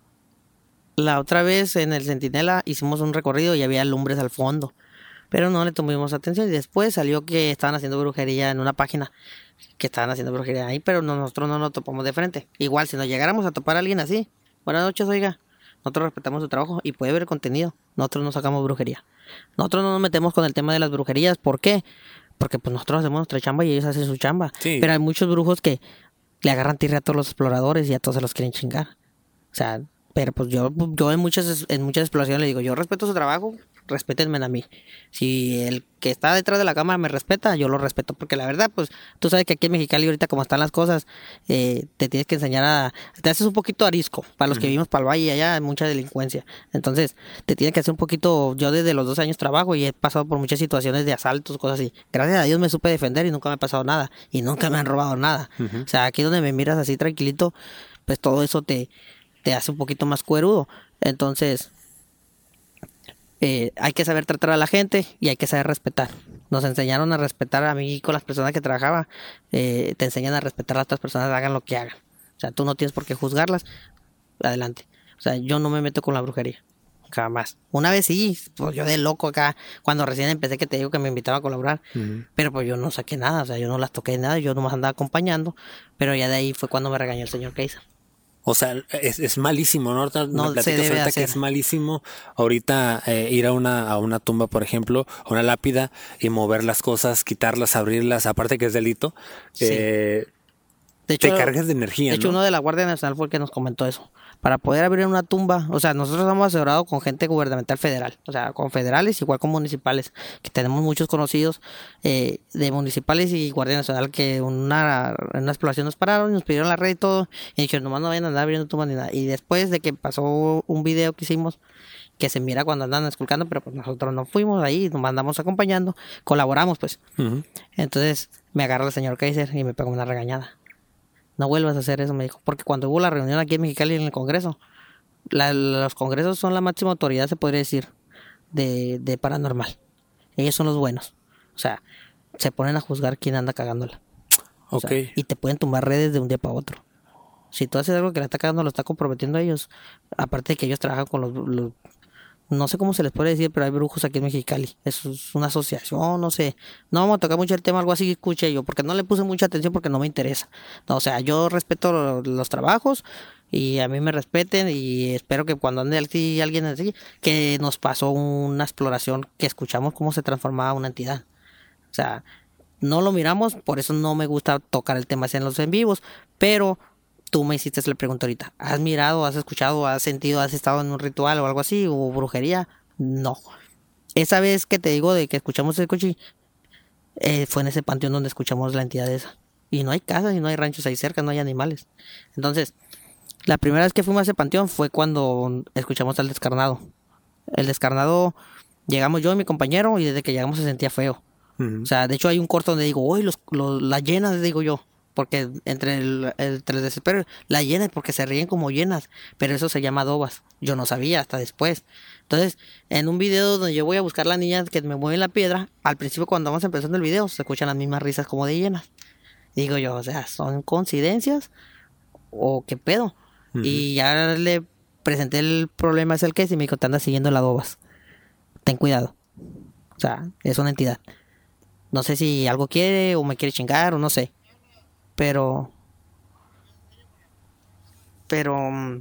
La otra vez en el Centinela hicimos un recorrido y había lumbres al fondo, pero no le tomamos atención y después salió que estaban haciendo brujería en una página, que estaban haciendo brujería ahí, pero nosotros no nos topamos de frente. Igual, si nos llegáramos a topar a alguien así, buenas noches, oiga, nosotros respetamos su trabajo y puede ver el contenido, nosotros no sacamos brujería. Nosotros no nos metemos con el tema de las brujerías, ¿por qué? Porque pues nosotros hacemos nuestra chamba y ellos hacen su chamba. Sí. Pero hay muchos brujos que le agarran tirria a todos los exploradores y a todos se los quieren chingar. O sea, pero pues yo en muchas exploraciones le digo, yo respeto su trabajo, respétenme a mí. Si el que está detrás de la cámara me respeta, yo lo respeto. Porque la verdad, pues, tú sabes que aquí en Mexicali ahorita como están las cosas, te tienes que enseñar te haces un poquito arisco. Para los que vivimos para el valle, allá hay mucha delincuencia. Entonces, te tienes que hacer un poquito, yo desde los 12 años trabajo y he pasado por muchas situaciones de asaltos, cosas así. Gracias a Dios me supe defender y nunca me ha pasado nada. Y nunca me han robado nada. O sea, aquí donde me miras así tranquilito, pues todo eso te hace un poquito más cuerudo. Entonces, hay que saber tratar a la gente y hay que saber respetar. Nos enseñaron a respetar a mí con las personas que trabajaba. Te enseñan a respetar a otras personas, hagan lo que hagan. O sea, tú no tienes por qué juzgarlas. Adelante. O sea, yo no me meto con la brujería. Jamás. Una vez sí, pues yo de loco acá, cuando recién empecé, que te digo que me invitaba a colaborar, pero pues yo no saqué nada, o sea, yo no las toqué nada, yo nomás andaba acompañando, pero ya de ahí fue cuando me regañó el señor Kaiser. O sea, es malísimo, ¿no? No me se debe ahorita hacer. que es malísimo ahorita ir a una tumba, por ejemplo, a una lápida y mover las cosas, quitarlas, abrirlas, aparte que es delito. Sí. De hecho, te cargas de energía, de hecho, ¿no? uno de la Guardia Nacional fue el que nos comentó eso. Para poder abrir una tumba, o sea, nosotros estamos asesorados con gente gubernamental federal, o sea, con federales igual con municipales, que tenemos muchos conocidos de municipales y Guardia Nacional que en una exploración nos pararon y nos pidieron la red y todo, y dijeron, nomás no vayan a andar abriendo tumbas ni nada. Y después de que pasó un video que hicimos, que se mira cuando andan esculcando, pero pues nosotros no fuimos ahí, nos andamos acompañando, colaboramos pues. Entonces me agarra el señor Kaiser y me pegó una regañada. No vuelvas a hacer eso, me dijo. Porque cuando hubo la reunión aquí en Mexicali en el Congreso, los congresos son la máxima autoridad, se podría decir, de paranormal. Ellos son los buenos. O sea, se ponen a juzgar quién anda cagándola. O sea, y te pueden tumbar redes de un día para otro. Si tú haces algo que la está cagando, lo está comprometiendo a ellos. Aparte de que ellos trabajan con los no sé cómo se les puede decir, pero hay brujos aquí en Mexicali. Eso es una asociación, no sé. No vamos a tocar mucho el tema, algo así que escuché yo, porque no le puse mucha atención porque no me interesa. No, o sea, yo respeto los trabajos y a mí me respeten y espero que cuando ande alguien así, que nos pasó una exploración que escuchamos cómo se transformaba una entidad. O sea, no lo miramos, por eso no me gusta tocar el tema así en los en vivos, pero tú me hiciste la pregunta ahorita. ¿Has mirado, has escuchado, has sentido, has estado en un ritual o algo así? ¿O brujería? No. Esa vez que te digo de que escuchamos el cochi, fue en ese panteón donde escuchamos la entidad esa. Y no hay casas y no hay ranchos ahí cerca, no hay animales. Entonces, la primera vez que fuimos a ese panteón fue cuando escuchamos al descarnado. El descarnado, llegamos yo y mi compañero y desde que llegamos se sentía feo. O sea, de hecho hay un corto donde digo, uy, las llenas, digo yo. Porque entre el desespero, las llenas porque se ríen como llenas, pero eso se llama dobas. Yo no sabía hasta después. Entonces, en un video donde yo voy a buscar las niñas que me mueven la piedra, al principio cuando vamos empezando el video, se escuchan las mismas risas como de llenas. Digo yo, o sea, ¿son coincidencias? ¿O qué pedo? Y ya le presenté el problema es el que y me dijo, te andas siguiendo las dobas. Ten cuidado. O sea, es una entidad. No sé si algo quiere o me quiere chingar o no sé. Pero pero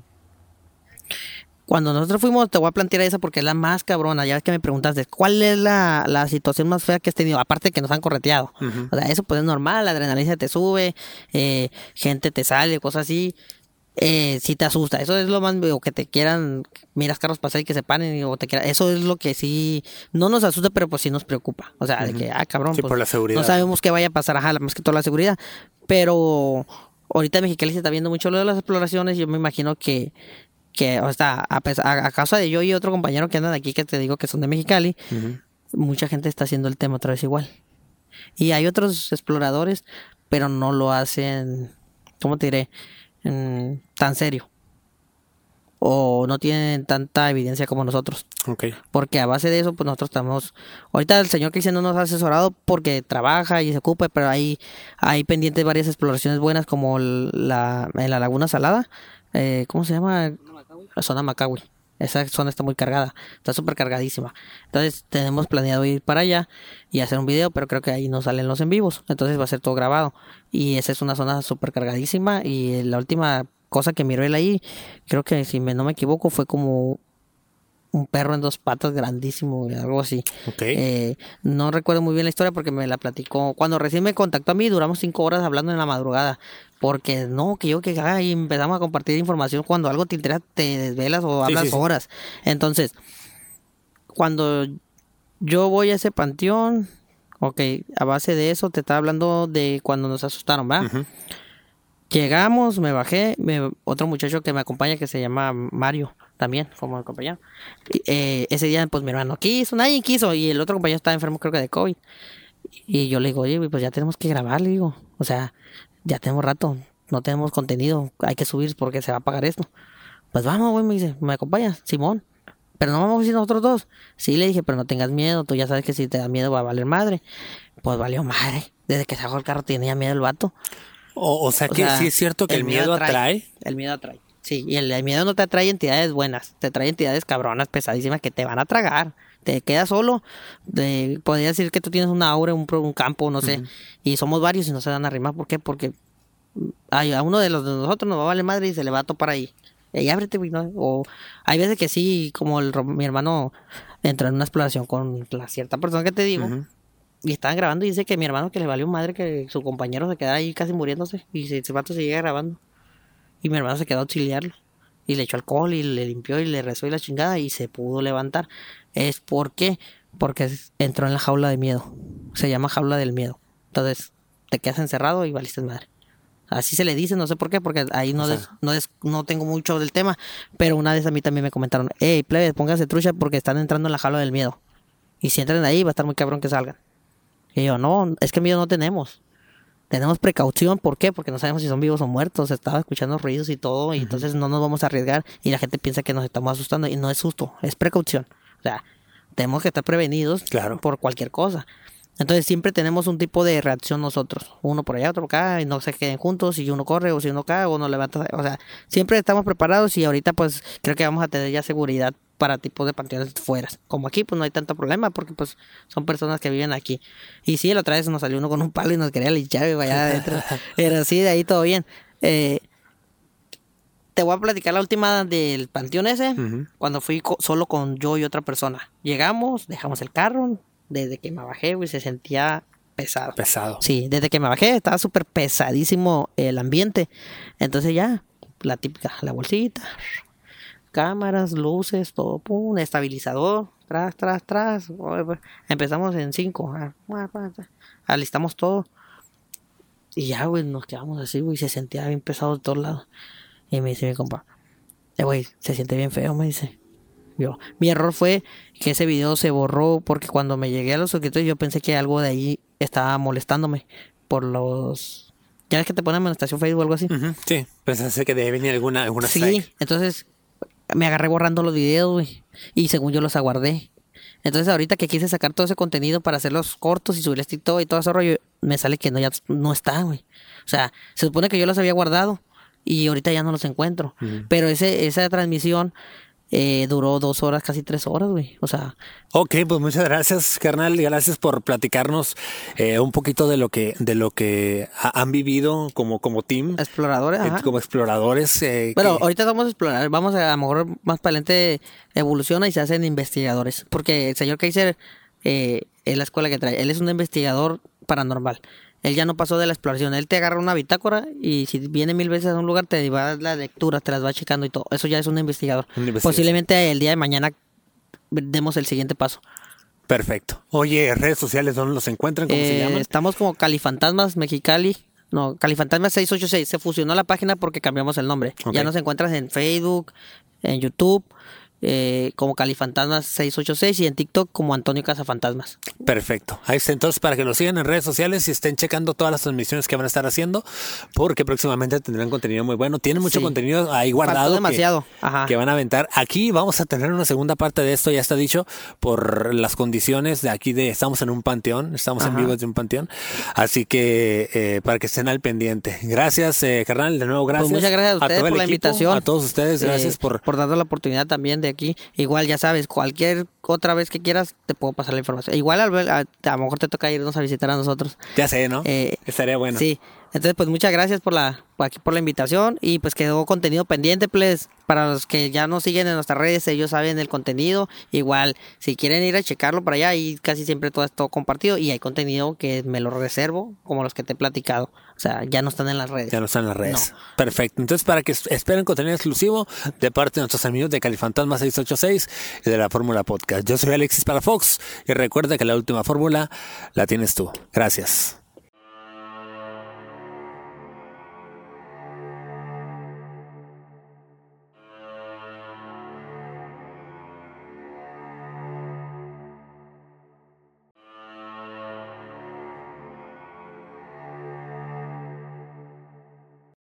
cuando nosotros fuimos, te voy a plantear esa porque es la más cabrona. Ya ves que me preguntaste, ¿cuál es la situación más fea que has tenido? Aparte de que nos han correteado. O sea, eso pues es normal, la adrenalina te sube, gente te sale, cosas así. Sí te asusta, eso es lo más, o que te quieran, miras carros pasar y que se paren, o te quieran, eso es lo que sí, no nos asusta, pero pues sí nos preocupa. O sea, de que, cabrón, Sí, pues, por la seguridad. no sabemos qué vaya a pasar, más que toda la seguridad. Pero ahorita en Mexicali se está viendo mucho lo de las exploraciones, y yo me imagino que o sea, a causa de yo y otro compañero que andan aquí, que te digo que son de Mexicali, mucha gente está haciendo el tema otra vez igual. Y hay otros exploradores, pero no lo hacen, ¿cómo te diré? Tan serio. O no tienen tanta evidencia como nosotros. Okay. Porque a base de eso, pues nosotros estamos... Ahorita el señor que dice no nos ha asesorado porque trabaja y se ocupa, pero hay pendientes varias exploraciones buenas como en la Laguna Salada. ¿Cómo se llama? La zona Macahui. Esa zona está muy cargada, está súper cargadísima. Entonces tenemos planeado ir para allá y hacer un video, pero creo que ahí no salen los en vivos. Entonces va a ser todo grabado. Y esa es una zona súper cargadísima. Y la última cosa que miró él ahí, creo que si no me equivoco, fue como un perro en 2 patas grandísimo, algo así. Okay. No recuerdo muy bien la historia porque me la platicó. Cuando recién me contactó a mí, duramos 5 horas hablando en la madrugada. Porque no, que y empezamos a compartir información. Cuando algo te interesa, te desvelas o hablas horas. Entonces, cuando yo voy a ese panteón, a base de eso te estaba hablando de cuando nos asustaron, ¿va? Llegamos, me bajé, otro muchacho que me acompaña que se llama Mario, también, como compañero. Ese día, pues mi hermano quiso, nadie quiso, y el otro compañero estaba enfermo, creo que de COVID. Y yo le digo, oye, pues ya tenemos que grabar, le digo. O sea, ya tenemos rato, no tenemos contenido, hay que subir porque se va a pagar esto. Pues vamos, güey, me dice, ¿me acompañas? Simón. Pero no vamos a ir nosotros dos. Sí, le dije, pero no tengas miedo, tú ya sabes que si te da miedo va a valer madre. Pues valió madre. Desde que sacó el carro tenía miedo el vato. O sea que sí es cierto que el miedo atrae. El miedo atrae. Sí, y el miedo no te atrae entidades buenas, te trae entidades cabronas, pesadísimas, que te van a tragar. Te quedas solo. Podría decir que tú tienes una aura, un campo, no sé, y somos varios y no se van a arrimar. ¿Por qué? Porque a uno de nosotros nos va a valer madre y se le va a topar ahí. Y ábrete, güey, ¿no? O hay veces que sí, como mi hermano entró en una exploración con la cierta persona que te digo, y estaban grabando y dice que mi hermano que le valió madre que su compañero se quedara ahí casi muriéndose, y ese vato seguía grabando. Y mi hermano se quedó a auxiliarlo. Y le echó alcohol y le limpió y le rezó y la chingada y se pudo levantar. ¿Es por qué? Porque entró en la jaula de miedo. Se llama jaula del miedo. Entonces te quedas encerrado y valiste madre. Así se le dice, no sé por qué, porque ahí no tengo mucho del tema. Pero una vez a mí también me comentaron, hey, plebes, pónganse trucha porque están entrando en la jaula del miedo. Y si entran ahí va a estar muy cabrón que salgan. Y yo, no, es que miedo no tenemos. Tenemos precaución, ¿por qué? Porque no sabemos si son vivos o muertos. Estaba escuchando ruidos y todo, y entonces no nos vamos a arriesgar. Y la gente piensa que nos estamos asustando, y no es susto, es precaución. O sea, tenemos que estar prevenidos por cualquier cosa. Entonces siempre tenemos un tipo de reacción nosotros. Uno por allá, otro por acá, y no se queden juntos. Si uno corre, o si uno cae, o uno levanta. O sea, siempre estamos preparados, y ahorita pues creo que vamos a tener ya seguridad para tipos de panteones fuera. Como aquí, pues no hay tanto problema porque pues son personas que viven aquí. Y sí, la otra vez nos salió uno con un palo y nos quería linchar y vaya adentro. Pero sí, de ahí todo bien. Te voy a platicar la última del panteón ese, cuando fui solo con yo y otra persona. Llegamos, dejamos el carro, desde que me bajé, güey, se sentía pesado. Pesado. Sí, desde que me bajé estaba súper pesadísimo el ambiente. Entonces ya, la típica, la bolsita, cámaras, luces, todo, pum, estabilizador, tras. Empezamos en 5, alistamos todo. Y ya, güey, nos quedamos así, güey, se sentía bien pesado de todos lados. Y me dice mi compa, güey, se siente bien feo, me dice. Mi error fue que ese video se borró porque cuando me llegué a los suscriptores yo pensé que algo de ahí estaba molestándome por los... ¿Ya ves que te ponen amonestación Facebook o algo así? Sí, pensaste que debe venir alguna sí, strike. Entonces me agarré borrando los videos, güey, y según yo los aguardé. Entonces ahorita que quise sacar todo ese contenido para hacerlos cortos y subirles TikTok y todo ese rollo, me sale que ya no está, güey. O sea, se supone que yo los había guardado y ahorita ya no los encuentro. Pero esa transmisión duró 2 horas, casi 3 horas, güey. O sea, Ok, pues muchas gracias, carnal. Gracias por platicarnos un poquito de lo que han vivido como team, exploradores, ajá. como exploradores. Bueno, ahorita vamos a explorar, vamos a lo mejor más para adelante evoluciona y se hacen investigadores. Porque el señor Kaiser es la escuela que trae. Él es un investigador paranormal. Él ya no pasó de la exploración. Él te agarra una bitácora y si viene 1000 veces a un lugar te va a dar las lecturas, te las va checando y todo. Eso ya es un investigador. Posiblemente el día de mañana demos el siguiente paso. Perfecto. Oye, redes sociales, ¿dónde los encuentran? ¿Cómo se llaman? Estamos como Califantasmas Mexicali. No, Califantasmas 686. Se fusionó la página porque cambiamos el nombre. Okay. Ya nos encuentras en Facebook, en YouTube, como Califantasmas 686 y en TikTok como Antonio Cazafantasmas. Perfecto. Ahí está. Entonces, para que nos sigan en redes sociales y estén checando todas las transmisiones que van a estar haciendo, porque próximamente tendrán contenido muy bueno. Tienen mucho contenido ahí guardado. Demasiado. Que van a aventar. Aquí vamos a tener una segunda parte de esto, ya está dicho, por las condiciones de aquí estamos en un panteón, estamos en vivo desde un panteón. Así que para que estén al pendiente. Gracias, carnal. De nuevo, gracias. Pues muchas gracias a ustedes por la invitación. A todos ustedes, gracias por darnos la oportunidad también de aquí. Igual, ya sabes, cualquier otra vez que quieras, te puedo pasar la información. Igual, a lo mejor te toca irnos a visitar a nosotros. Ya sé, ¿no? Estaría bueno. Sí. Entonces, pues muchas gracias por la invitación y pues quedó contenido pendiente, pues para los que ya nos siguen en nuestras redes, ellos saben el contenido. Igual, si quieren ir a checarlo para allá, y casi siempre todo es todo compartido y hay contenido que me lo reservo, como los que te he platicado. O sea, ya no están en las redes. Ya no están en las redes. No. Perfecto. Entonces, para que esperen contenido exclusivo de parte de nuestros amigos de Califantasma 686 y de la Fórmula Podcast. Yo soy Alexis Palafox y recuerda que la última fórmula la tienes tú. Gracias.